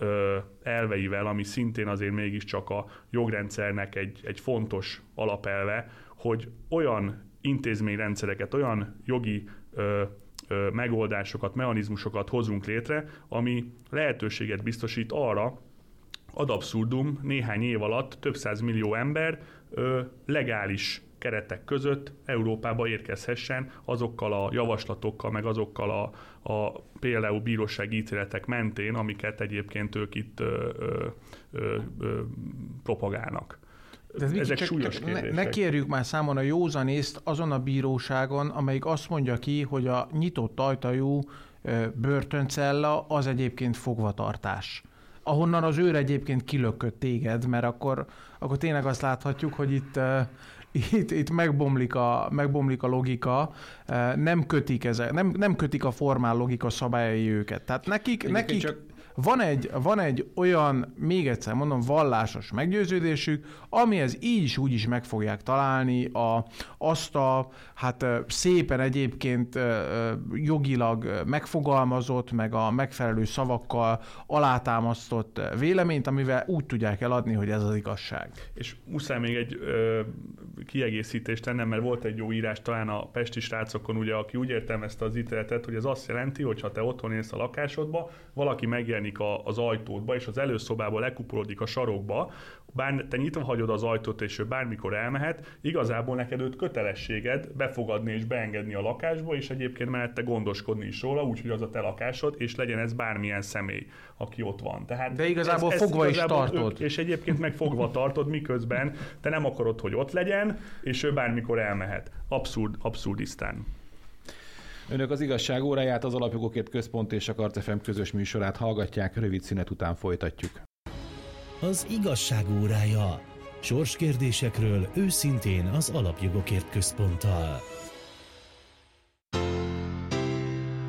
elveivel, ami szintén azért mégiscsak a jogrendszernek egy, egy fontos alapelve, hogy olyan intézményrendszereket, olyan jogi ö, ö, megoldásokat, mechanizmusokat hozunk létre, ami lehetőséget biztosít arra, ad abszurdum, néhány év alatt több százmillió ember ö, legális keretek között Európába érkezhessen azokkal a javaslatokkal, meg azokkal a, a például bírósági ítéletek mentén, amiket egyébként ők itt ö, ö, ö, ö, propagálnak. De Ezek csak, súlyos csak kérdések. ne, ne kérjük már számon a józanészt azon a bíróságon, amelyik azt mondja ki, hogy a nyitott ajtajú börtöncella az egyébként fogvatartás. Ahonnan az őr egyébként kilökött téged, mert akkor, akkor tényleg azt láthatjuk, hogy itt, itt, itt megbomlik, a, megbomlik a logika, nem kötik, ezek, nem, nem kötik a formál logika szabályai őket. Tehát nekik, nekik csak... van, egy, van egy olyan, még egyszer mondom, vallásos meggyőződésük, amihez így is úgy is meg fogják találni a, azt a hát szépen egyébként jogilag megfogalmazott, meg a megfelelő szavakkal alátámasztott véleményt, amivel úgy tudják eladni, hogy ez az igazság. És muszáj még egy ö, kiegészítést tennem, mert volt egy jó írás talán a pesti srácokon, ugye, aki úgy értelmezte az ítéletet, hogy ez azt jelenti, hogy ha te otthon élsz a lakásodba, valaki megjelenik a, az ajtódba, és az előszobába lekupolodik a sarokba, bár te nyitva hagyod az ajtót, és ő bármikor elmehet, igazából neked őt kötelességed befogadni és beengedni a lakásba, és egyébként mellette gondoskodni is róla, úgyhogy az a te lakásod, és legyen ez bármilyen személy, aki ott van. Tehát de igazából ez, fogva igazából is tartod. Ők, és egyébként meg fogva tartod, miközben te nem akarod, hogy ott legyen, és ő bármikor elmehet. Abszurd, abszurdisztán. Önök az Igazság óráját, az Alapjogokért Központ és a Karc ef em közös műsorát hallgatják, rövid szünet után folytatjuk. Az Igazság órája. Sorskérdésekről őszintén az Alapjogokért Központtal.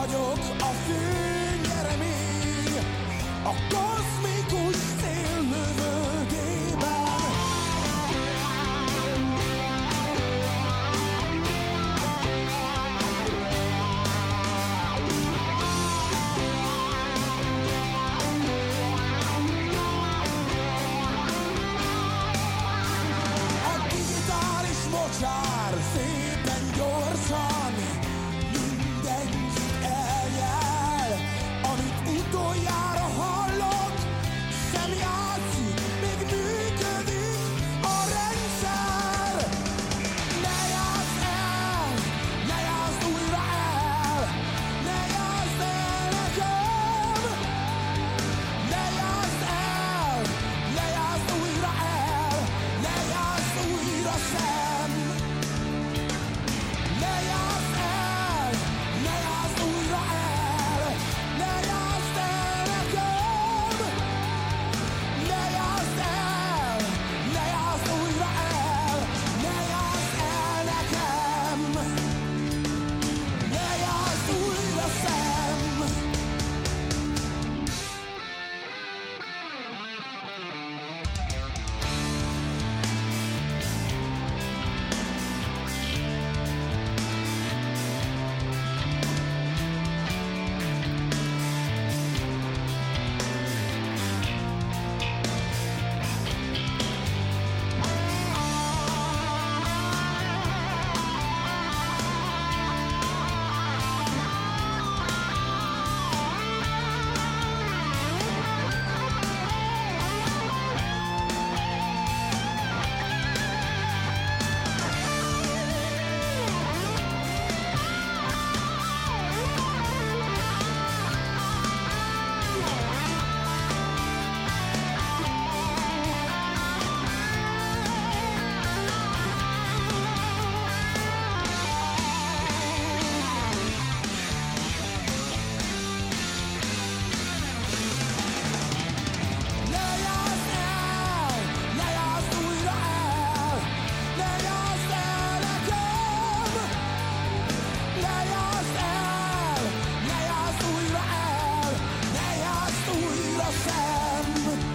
vagyok a fényeremény, a kozmikus szél lövöldében. A digitális mocsár szépen gyorsan mindent eljel, amit utoljára hallok, sem játszik, még működik a rendszer. Ne játszd el, ne játszd újra el, ne játszd el nekem. Ne játszd el, ne játszd újra el, ne játszd újra sem. Ne játszd el, ne játszd újra el, ne játszd el nekem. Ne játszd el, ne játszd újra el, ne játszd el nekem. Ne játszd újra sem. Ne játszd el, ne játszd újra el, ne játszd el nekem. Ne játszd el, ne játszd újra el, ne játszd újra sem.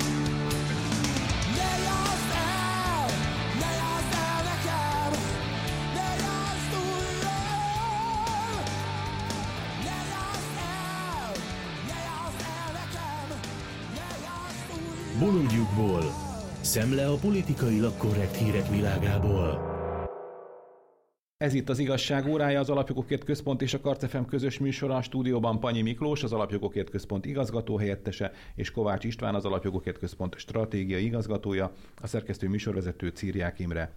Ne játszd el, ne játszd el nekem. Ne játszd újra el. Ne játszd el, ne játszd el nekem. Ne játszd újra. Bolondjukból. Szemle a politikailag korrekt hírek világából. Ez itt az Igazság órája, az Alapjogokért Központ és a Karc ef em közös műsora. A stúdióban Panyi Miklós, az Alapjogokért Központ igazgató helyettese, és Kovács István, az Alapjogokért Központ stratégiai igazgatója, a szerkesztő műsorvezető Círiák Imre.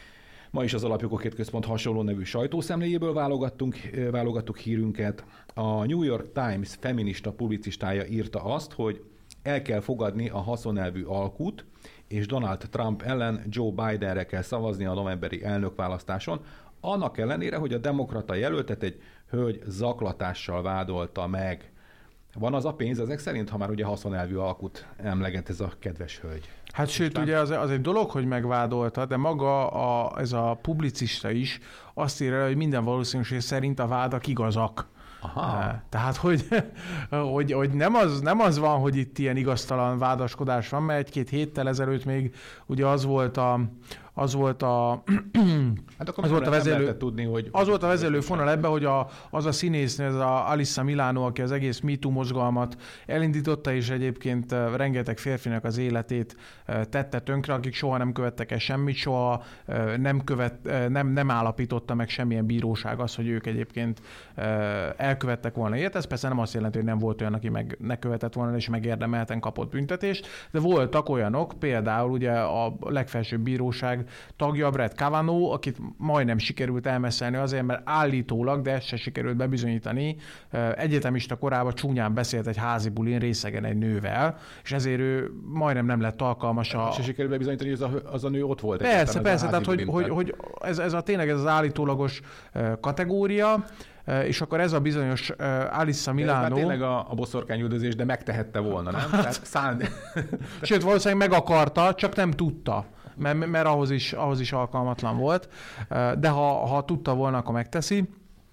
Ma is az Alapjogokért Központ hasonló nevű sajtószemléjéből válogattunk, válogattuk hírünket. A New York Times feminista publicistája írta azt, hogy el kell fogadni a haszonelvű alkut, és Donald Trump ellen Joe Bidenre kell szavazni a novemberi elnökválasztáson, annak ellenére, hogy a demokrata jelöltet egy hölgy zaklatással vádolta meg. Van az a pénz ezek szerint, ha már ugye haszonelvű alkut emleget ez a kedves hölgy? Hát sőt, ugye az, az egy dolog, hogy megvádolta, de maga a, ez a publicista is azt írja, hogy minden valószínűség szerint a vádak igazak. Aha. Tehát, hogy, hogy, hogy nem, az, nem az van, hogy itt ilyen igaztalan vádaskodás van, mert egy-két héttel ezelőtt még ugye az volt a, az volt a, hát akkor az volt a vezető, tudni, hogy az volt a vezető fonal ebbe, hogy a, az a színésznő, ez a Alyssa Milano, aki az egész MeToo mozgalmat elindította, és egyébként rengeteg férfinak az életét tette tönkre, akik soha nem követtek el semmit, soha nem, követ, nem, nem állapította meg semmilyen bíróság az, hogy ők egyébként elkövettek volna ilyet. Ez persze nem azt jelenti, hogy nem volt olyan, aki meg ne követett volna, és megérdemelten kapott büntetést, de voltak olyanok, például ugye a legfelsőbb bíróság tagja Brett Kavanaugh, akit majdnem sikerült elmeszelni azért, mert állítólag, de ezt se sikerült bebizonyítani, egyetemista korában csúnyán beszélt egy házi bulin részegen egy nővel, és ezért ő majdnem nem lett alkalmas a... Se sikerült bebizonyítani, hogy az a, az a nő ott volt. Persze, persze, tehát hogy, hogy, hogy ez, ez a tényleg ez az állítólagos kategória, és akkor ez a bizonyos Alyssa Milano... Ez tényleg a, a boszorkányüldözés, de megtehette volna, nem? Tehát szán... Sőt, valószínűleg meg akarta, csak nem tudta, mert, mert ahhoz, is, ahhoz is alkalmatlan volt, de ha, ha tudta volna, akkor megteszi.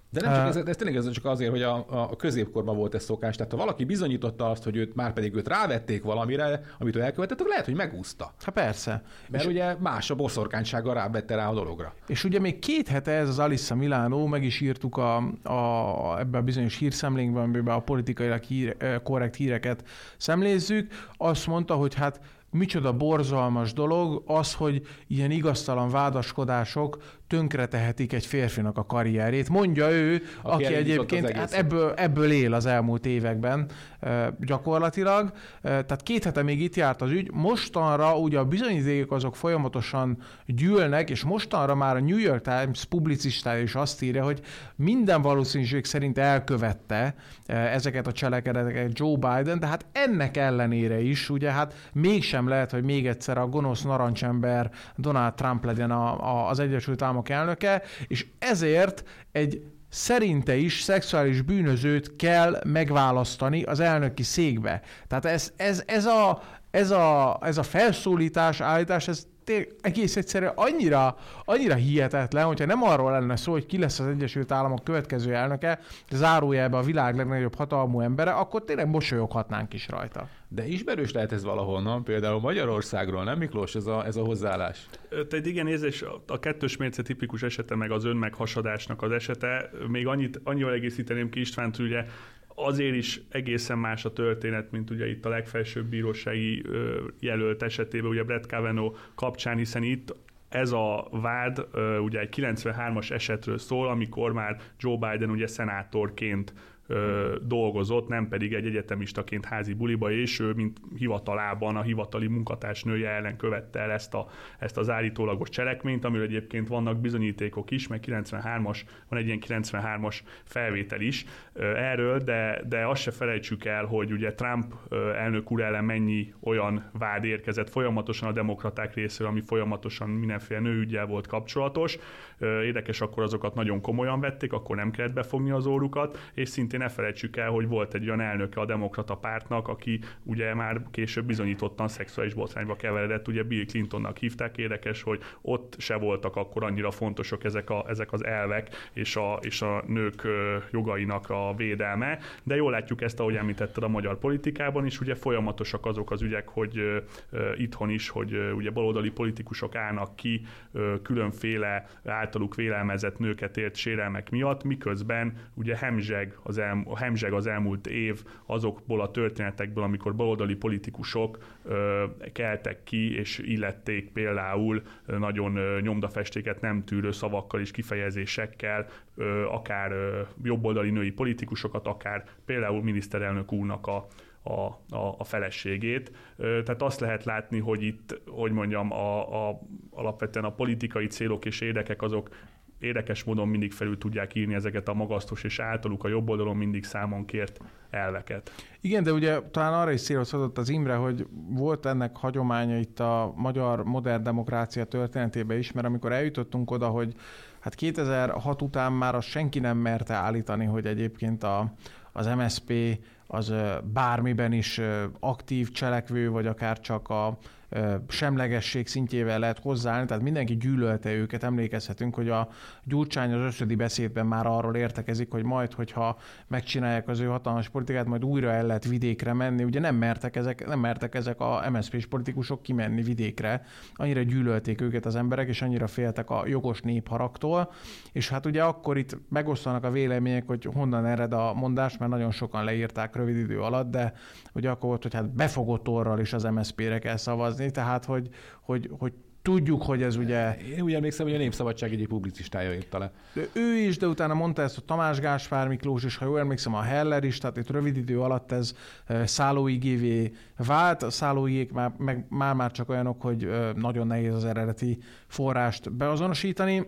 De nem csak ez, ez tényleg ez csak azért, hogy a, a középkorban volt ez szokás. Tehát ha valaki bizonyította azt, hogy őt már pedig őt rávették valamire, amit ő elkövetett, akkor lehet, hogy megúszta. Hát persze. Mert és ugye más a boszorkánysággal rávette rá a dologra. És ugye még két hete ez az Alyssa Milano, meg is írtuk a, a, ebbe a bizonyos hírszemlénkben, amiben a politikailag hír, korrekt híreket szemlézzük, azt mondta, hogy hát micsoda borzalmas dolog az, hogy ilyen igaztalan vádaskodások tönkretehetik egy férfinak a karrierét. Mondja ő, aki, aki egyébként hát ebből, ebből él az elmúlt években gyakorlatilag. Tehát két hete még itt járt az ügy. Mostanra ugye a bizonyítékok azok folyamatosan gyűlnek, és mostanra már a New York Times publicistája is azt írja, hogy minden valószínűség szerint elkövette ezeket a cselekedeteket Joe Biden, de hát ennek ellenére is, ugye hát mégsem lehet, hogy még egyszer a gonosz narancsember Donald Trump legyen a, a, az Egyesült Államok elnöke, és ezért egy szerinte is szexuális bűnözőt kell megválasztani az elnöki székbe. Tehát ez, ez, ez, a, ez, a, ez a felszólítás, állítás, ez egész egyszerűen annyira, annyira hihetetlen, hogyha nem arról lenne szó, hogy ki lesz az Egyesült Államok következő elnöke, zárójelben a világ legnagyobb hatalmú embere, akkor tényleg mosolyoghatnánk is rajta. De ismerős lehet ez valahonnan, például Magyarországról, nem Miklós, ez a, ez a hozzáállás? Tehát igen, érzés, a kettős mérce tipikus esete, meg az önmeghasadásnak az esete. Még annyit, annyival egészíteném ki Istvánt, hogy ugye azért is egészen más a történet, mint ugye itt a legfelsőbb bírósági jelölt esetében, ugye Brett Kavanaugh kapcsán, hiszen itt ez a vád ugye egy kilencvenhármas esetről szól, amikor már Joe Biden ugye szenátorként ö, dolgozott, nem pedig egy egyetemistaként házi buliba, és ő, mint hivatalában a hivatali munkatársnője ellen követte el ezt, a, ezt az állítólagos cselekményt, amiről egyébként vannak bizonyítékok is, meg kilencvenhármas, van egy ilyen kilencvenhármas felvétel is ö, erről, de, de azt se felejtsük el, hogy ugye Trump ö, elnök úr ellen mennyi olyan vád érkezett folyamatosan a demokraták részéről, ami folyamatosan mindenféle nőüggyel volt kapcsolatos. Ö, érdekes, akkor azokat nagyon komolyan vették, akkor nem kellett befogni az órukat, és szintén ne felejtsük el, hogy volt egy olyan elnöke a demokrata pártnak, aki ugye már később bizonyítottan szexuális botrányba keveredett, ugye Bill Clintonnak hívták, érdekes, hogy ott se voltak akkor annyira fontosak ezek, a, ezek az elvek és a, és a nők jogainak a védelme, de jól látjuk ezt, ahogy említetted a magyar politikában is, ugye folyamatosak azok az ügyek, hogy uh, itthon is, hogy uh, ugye baloldali politikusok állnak ki uh, különféle általuk vélelmezett nőket ért sérelmek miatt, miközben ugye hemzseg az el, hemzseg az elmúlt év azokból a történetekből, amikor baloldali politikusok ö, keltek ki, és illették például nagyon ö, nyomdafestéket nem tűrő szavakkal és kifejezésekkel, ö, akár ö, jobboldali női politikusokat, akár például miniszterelnök úrnak a A, a, a feleségét. Tehát azt lehet látni, hogy itt, hogy mondjam, a, a, alapvetően a politikai célok és érdekek azok érdekes módon mindig felül tudják írni ezeket a magasztos és általuk a jobb oldalon mindig számon kért elveket. Igen, de ugye talán arra is célhoz adott az Imre, hogy volt ennek hagyománya itt a magyar modern demokrácia történetében is, mert amikor eljutottunk oda, hogy hát kétezer-hat után már azt senki nem merte állítani, hogy egyébként a, az em es zé pé az bármiben is aktív cselekvő, vagy akár csak a semlegesség szintjével lehet hozzáállni, tehát mindenki gyűlölte őket, emlékezhetünk, hogy a Gyurcsány az összödi beszédben már arról értekezik, hogy majd, hogyha megcsinálják az ő hatalmas politikát, majd újra el lehet vidékre menni. Ugye nem mertek ezek, nem mertek ezek a em es zé pés politikusok kimenni vidékre, annyira gyűlölték őket az emberek, és annyira féltek a jogos népharagtól, és hát ugye akkor itt megosztanak a vélemények, hogy honnan ered a mondás, mert nagyon sokan leírták rövid idő alatt, de ugye akkor volt, hogy hát befogott orral is az em es zé pére kell szavazni, tehát hogy, hogy, hogy tudjuk, hogy ez ugye... Én úgy emlékszem, hogy a Népszabadság egyik publicistája írta le. De ő is, de utána mondta ezt a Tamás Gáspár Miklós is, ha jól emlékszem, a Heller is, tehát itt rövid idő alatt ez szállóigévé vált. A szállóigék már, meg, már, már csak olyanok, hogy nagyon nehéz az eredeti forrást beazonosítani,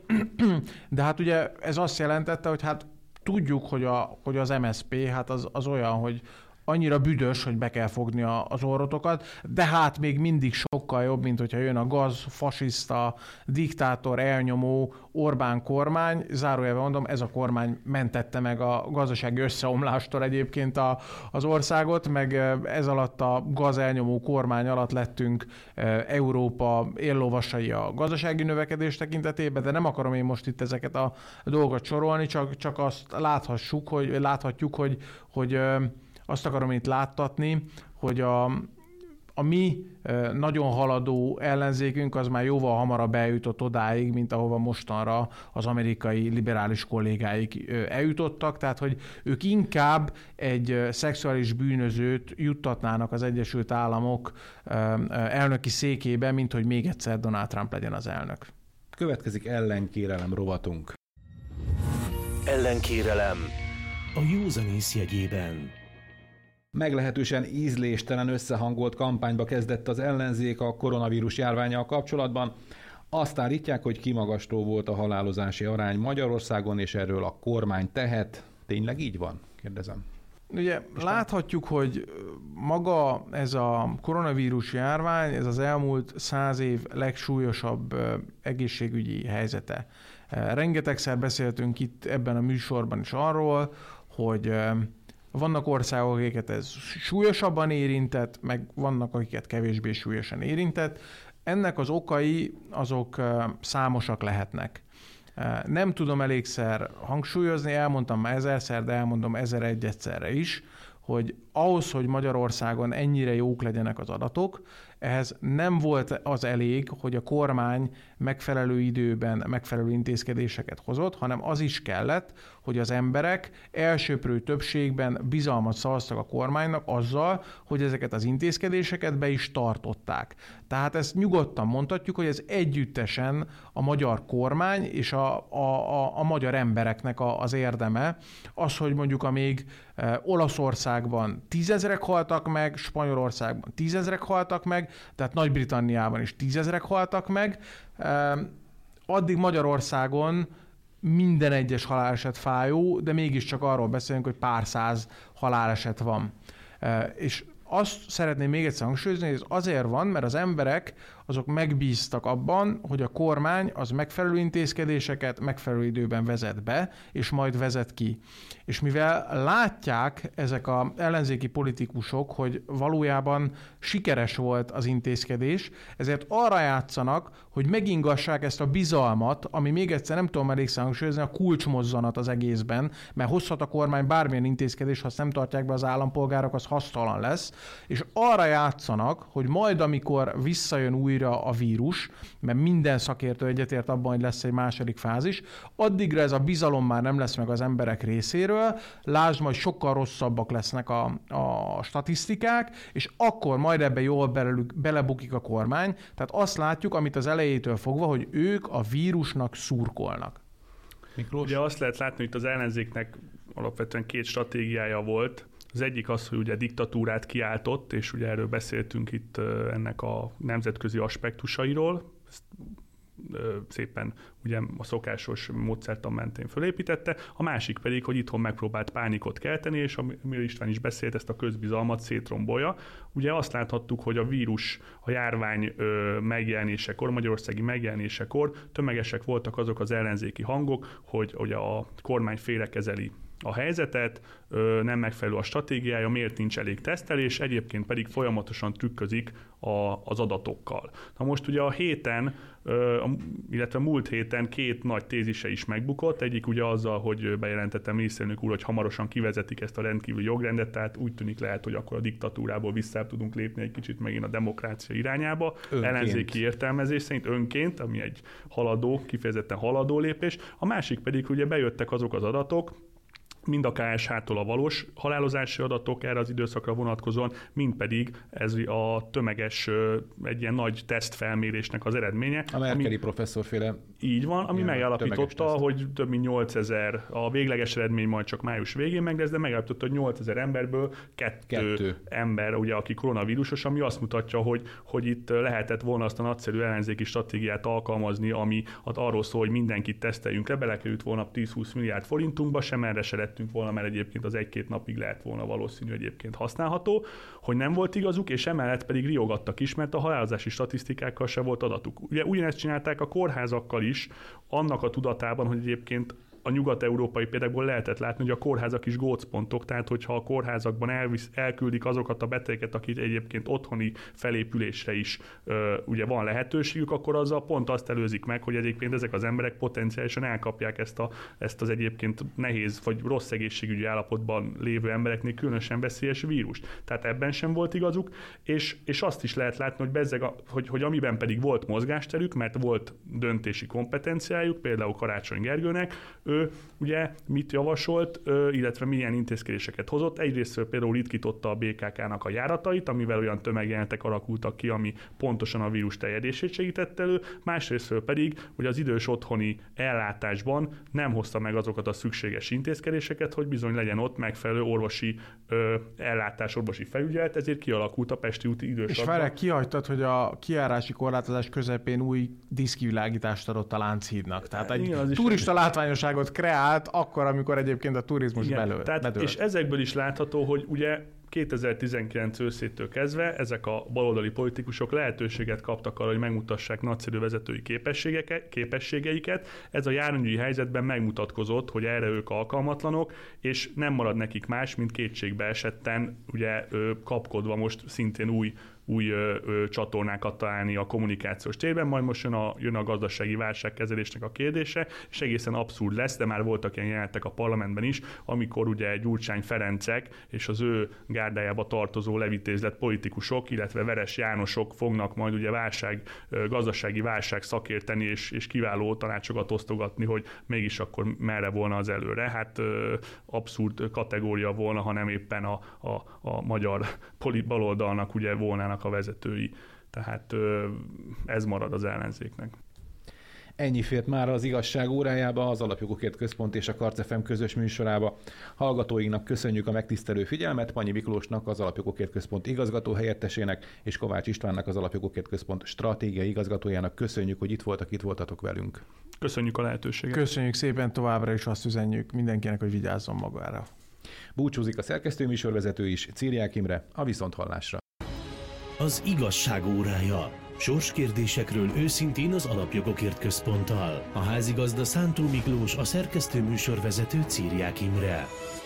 de hát ugye ez azt jelentette, hogy hát tudjuk, hogy, a, hogy az em es zé pé hát az, az olyan, hogy annyira büdös, hogy be kell fogni a, az orrotokat, de hát még mindig sokkal jobb, mint hogyha jön a gaz, fasiszta, diktátor, elnyomó Orbán kormány. Zárójelben mondom, ez a kormány mentette meg a gazdasági összeomlástól egyébként a, az országot, meg ez alatt a gaz elnyomó kormány alatt lettünk Európa éllovasai a gazdasági növekedés tekintetében, de nem akarom én most itt ezeket a dolgokat sorolni, csak, csak azt láthassuk, hogy, láthatjuk, hogy, hogy azt akarom itt láttatni, hogy a, a mi nagyon haladó ellenzékünk az már jóval hamarabb eljutott odáig, mint ahova mostanra az amerikai liberális kollégáik eljutottak, tehát hogy ők inkább egy szexuális bűnözőt juttatnának az Egyesült Államok elnöki székébe, mint hogy még egyszer Donald Trump legyen az elnök. Következik ellenkérelem rovatunk. Ellenkérelem a józanész jegyében. Meglehetősen ízléstelen összehangolt kampányba kezdett az ellenzék a koronavírus járvánnyal kapcsolatban. Azt állítják, hogy kimagasló volt a halálozási arány Magyarországon, és erről a kormány tehet. Tényleg így van? Kérdezem. Ugye láthatjuk, hogy maga ez a koronavírus járvány, ez az elmúlt száz év legsúlyosabb egészségügyi helyzete. Rengetegszer beszéltünk itt ebben a műsorban is arról, hogy vannak országok, akiket ez súlyosabban érintett, meg vannak, akiket kevésbé súlyosan érintett. Ennek az okai azok számosak lehetnek. Nem tudom elégszer hangsúlyozni, elmondtam már ezerszer, de elmondom ezer egy egyszerre is, hogy ahhoz, hogy Magyarországon ennyire jók legyenek az adatok, ehhez nem volt az elég, hogy a kormány megfelelő időben megfelelő intézkedéseket hozott, hanem az is kellett, hogy az emberek elsöprő többségben bizalmat szavaztak a kormánynak azzal, hogy ezeket az intézkedéseket be is tartották. Tehát ezt nyugodtan mondhatjuk, hogy ez együttesen a magyar kormány és a, a, a, a magyar embereknek a, az érdeme. Az, hogy mondjuk amíg Olaszországban tízezrek haltak meg, Spanyolországban tízezrek haltak meg, tehát Nagy-Britanniában is tízezrek haltak meg, addig Magyarországon minden egyes haláleset fájó, de mégiscsak arról beszélünk, hogy pár száz haláleset van. És azt szeretném még egyszer hangsúlyozni, hogy ez azért van, mert az emberek azok megbíztak abban, hogy a kormány az megfelelő intézkedéseket megfelelő időben vezet be, és majd vezet ki. És mivel látják ezek az ellenzéki politikusok, hogy valójában sikeres volt az intézkedés, ezért arra játszanak, hogy megingassák ezt a bizalmat, ami még egyszer nem tudom elégszer hangsúlyozni, a kulcsmozzanat az egészben, mert hozhat a kormány bármilyen intézkedés, ha azt nem tartják be az állampolgárok, az hasztalan lesz, és arra játszanak, hogy majd amikor visszajön újra a vírus, mert minden szakértő egyetért abban, hogy lesz egy második fázis, addigra ez a bizalom már nem lesz meg az emberek részéről, lásd, majd sokkal rosszabbak lesznek a, a statisztikák, és akkor majd ebbe jól belelük, belebukik a kormány. Tehát azt látjuk, amit az elejétől fogva, hogy ők a vírusnak szurkolnak. Miklós? Ugye azt lehet látni, hogy itt az ellenzéknek alapvetően két stratégiája volt. Az egyik az, hogy ugye diktatúrát kiáltott, és ugye erről beszéltünk itt ennek a nemzetközi aspektusairól. Ezt szépen ugye a szokásos módszertan mentén fölépítette, a másik pedig, hogy itthon megpróbált pánikot kelteni, és amiről István is beszélt, ezt a közbizalmat szétrombolja. Ugye azt láthattuk, hogy a vírus, a járvány megjelenésekor, magyarországi megjelenésekor tömegesek voltak azok az ellenzéki hangok, hogy ugye a kormány félrekezeli a helyzetet, nem megfelelő a stratégiája, miért nincs elég tesztelés, egyébként pedig folyamatosan trükközik a, az adatokkal. Na most ugye a héten, illetve múlt héten két nagy tézise is megbukott, egyik ugye azzal, hogy bejelentette a miniszterelnök úr, hogy hamarosan kivezetik ezt a rendkívüli jogrendet, tehát úgy tűnik lehet, hogy akkor a diktatúrából vissza tudunk lépni egy kicsit megint a demokrácia irányába, önként. Ellenzéki értelmezés szerint önként, ami egy haladó, kifejezetten haladó lépés. A másik pedig ugye bejöttek azok az adatok, mind a ká es há-tól a valós halálozási adatok erre az időszakra vonatkozóan, mind pedig ez a tömeges, egy ilyen nagy tesztfelmérésnek az eredménye. A Merkeli professzorféle. Így van, ami megállapította, hogy több mint nyolcezer, a végleges eredmény majd csak május végén meg lesz, de megállapította, hogy nyolcezer emberből kettő, kettő ember, ugye, aki koronavírusos, ami azt mutatja, hogy, hogy itt lehetett volna azt a nagyszerű ellenzéki stratégiát alkalmazni, ami arról szól, hogy mindenkit teszteljünk le, belekerült volna tíz-húsz milliárd forintunkba, sem erre se lett lettünk volna, mert egyébként az egy-két napig lehet volna valószínű egyébként használható, hogy nem volt igazuk, és emellett pedig riogattak is, mert a halálozási statisztikákkal se volt adatuk. Ugye ugyanezt csinálták a kórházakkal is, annak a tudatában, hogy egyébként a nyugat-európai például lehetett látni, hogy a kórházak is gócpontok, tehát hogyha a kórházakban elvisz, elküldik azokat a betegeket, akik egyébként otthoni felépülésre is ö, ugye van lehetőségük, akkor azzal pont azt előzik meg, hogy egyébként ezek az emberek potenciálisan elkapják ezt, a, ezt az egyébként nehéz vagy rossz egészségügyi állapotban lévő embereknél különösen veszélyes vírust. Tehát ebben sem volt igazuk, és, és azt is lehet látni, hogy, bezzeg a, hogy, hogy amiben pedig volt mozgásterük, mert volt döntési kompetenciájuk, például Karácsony Gergőnek, ő ugye mit javasolt, illetve milyen intézkedéseket hozott. Egyrésztről például ritkította a bé ká ká-nak a járatait, amivel olyan tömegjelenetek alakultak ki, ami pontosan a vírus terjedését segített elő, másrésztről pedig, hogy az idős otthoni ellátásban nem hozta meg azokat a szükséges intézkedéseket, hogy bizony legyen ott megfelelő orvosi ö, ellátás, orvosi felügyelet, ezért kialakult a Pesti úti idős. És várják, kihagytad, hogy a kijárási korlátozás közepén új diszkivilágítást adott a Lánchídnak. Tehát egy igen, turista látványosságot kreált akkor, amikor egyébként a turizmus belőle. És ezekből is látható, hogy ugye kétezer-tizenkilenc őszétől kezdve ezek a baloldali politikusok lehetőséget kaptak arra, hogy megmutassák nagyszerű vezetői képességeiket. Ez a járványügyi helyzetben megmutatkozott, hogy erre ők alkalmatlanok, és nem marad nekik más, mint kétségbe esetten, ugye kapkodva most szintén új új ö, ö, csatornákat találni a kommunikációs térben, majd most jön a, jön a gazdasági válságkezelésnek a kérdése, és egészen abszurd lesz, de már voltak ilyen jelenetek a parlamentben is, amikor ugye Gyurcsány Ferencek és az ő gárdájába tartozó levitézlett politikusok, illetve Veres Jánosok fognak majd ugye válság, gazdasági válság szakérteni, és, és kiváló tanácsokat osztogatni, hogy mégis akkor merre volna az előre. Hát ö, abszurd kategória volna, ha nem éppen a, a, a magyar baloldalnak ugye volnának a vezetői. Tehát ez marad az ellenzéknek. Ennyi fért már az Igazság órájába, az Alapjogokért Központ és a Karc ef em közös műsorába. Hallgatóinknak köszönjük a megtisztelő figyelmet, Panyi Miklósnak, az Alapjogokért Központ igazgató helyettesének, és Kovács Istvánnak, az Alapjogokért Központ stratégiai igazgatójának köszönjük, hogy itt voltak, itt voltatok velünk. Köszönjük a lehetőséget. Köszönjük szépen, továbbra is azt üzenjük mindenkinek, hogy vigyázzon magára. Búcsúzik a szerkesztő műsorvezető is, Círiák Imre, a viszonthallásra. Az Igazság órája. Sorskérdésekről őszintén az Alapjogokért Központtal. A házigazda Szántó Miklós, a szerkesztő műsorvezető Círiák Imre.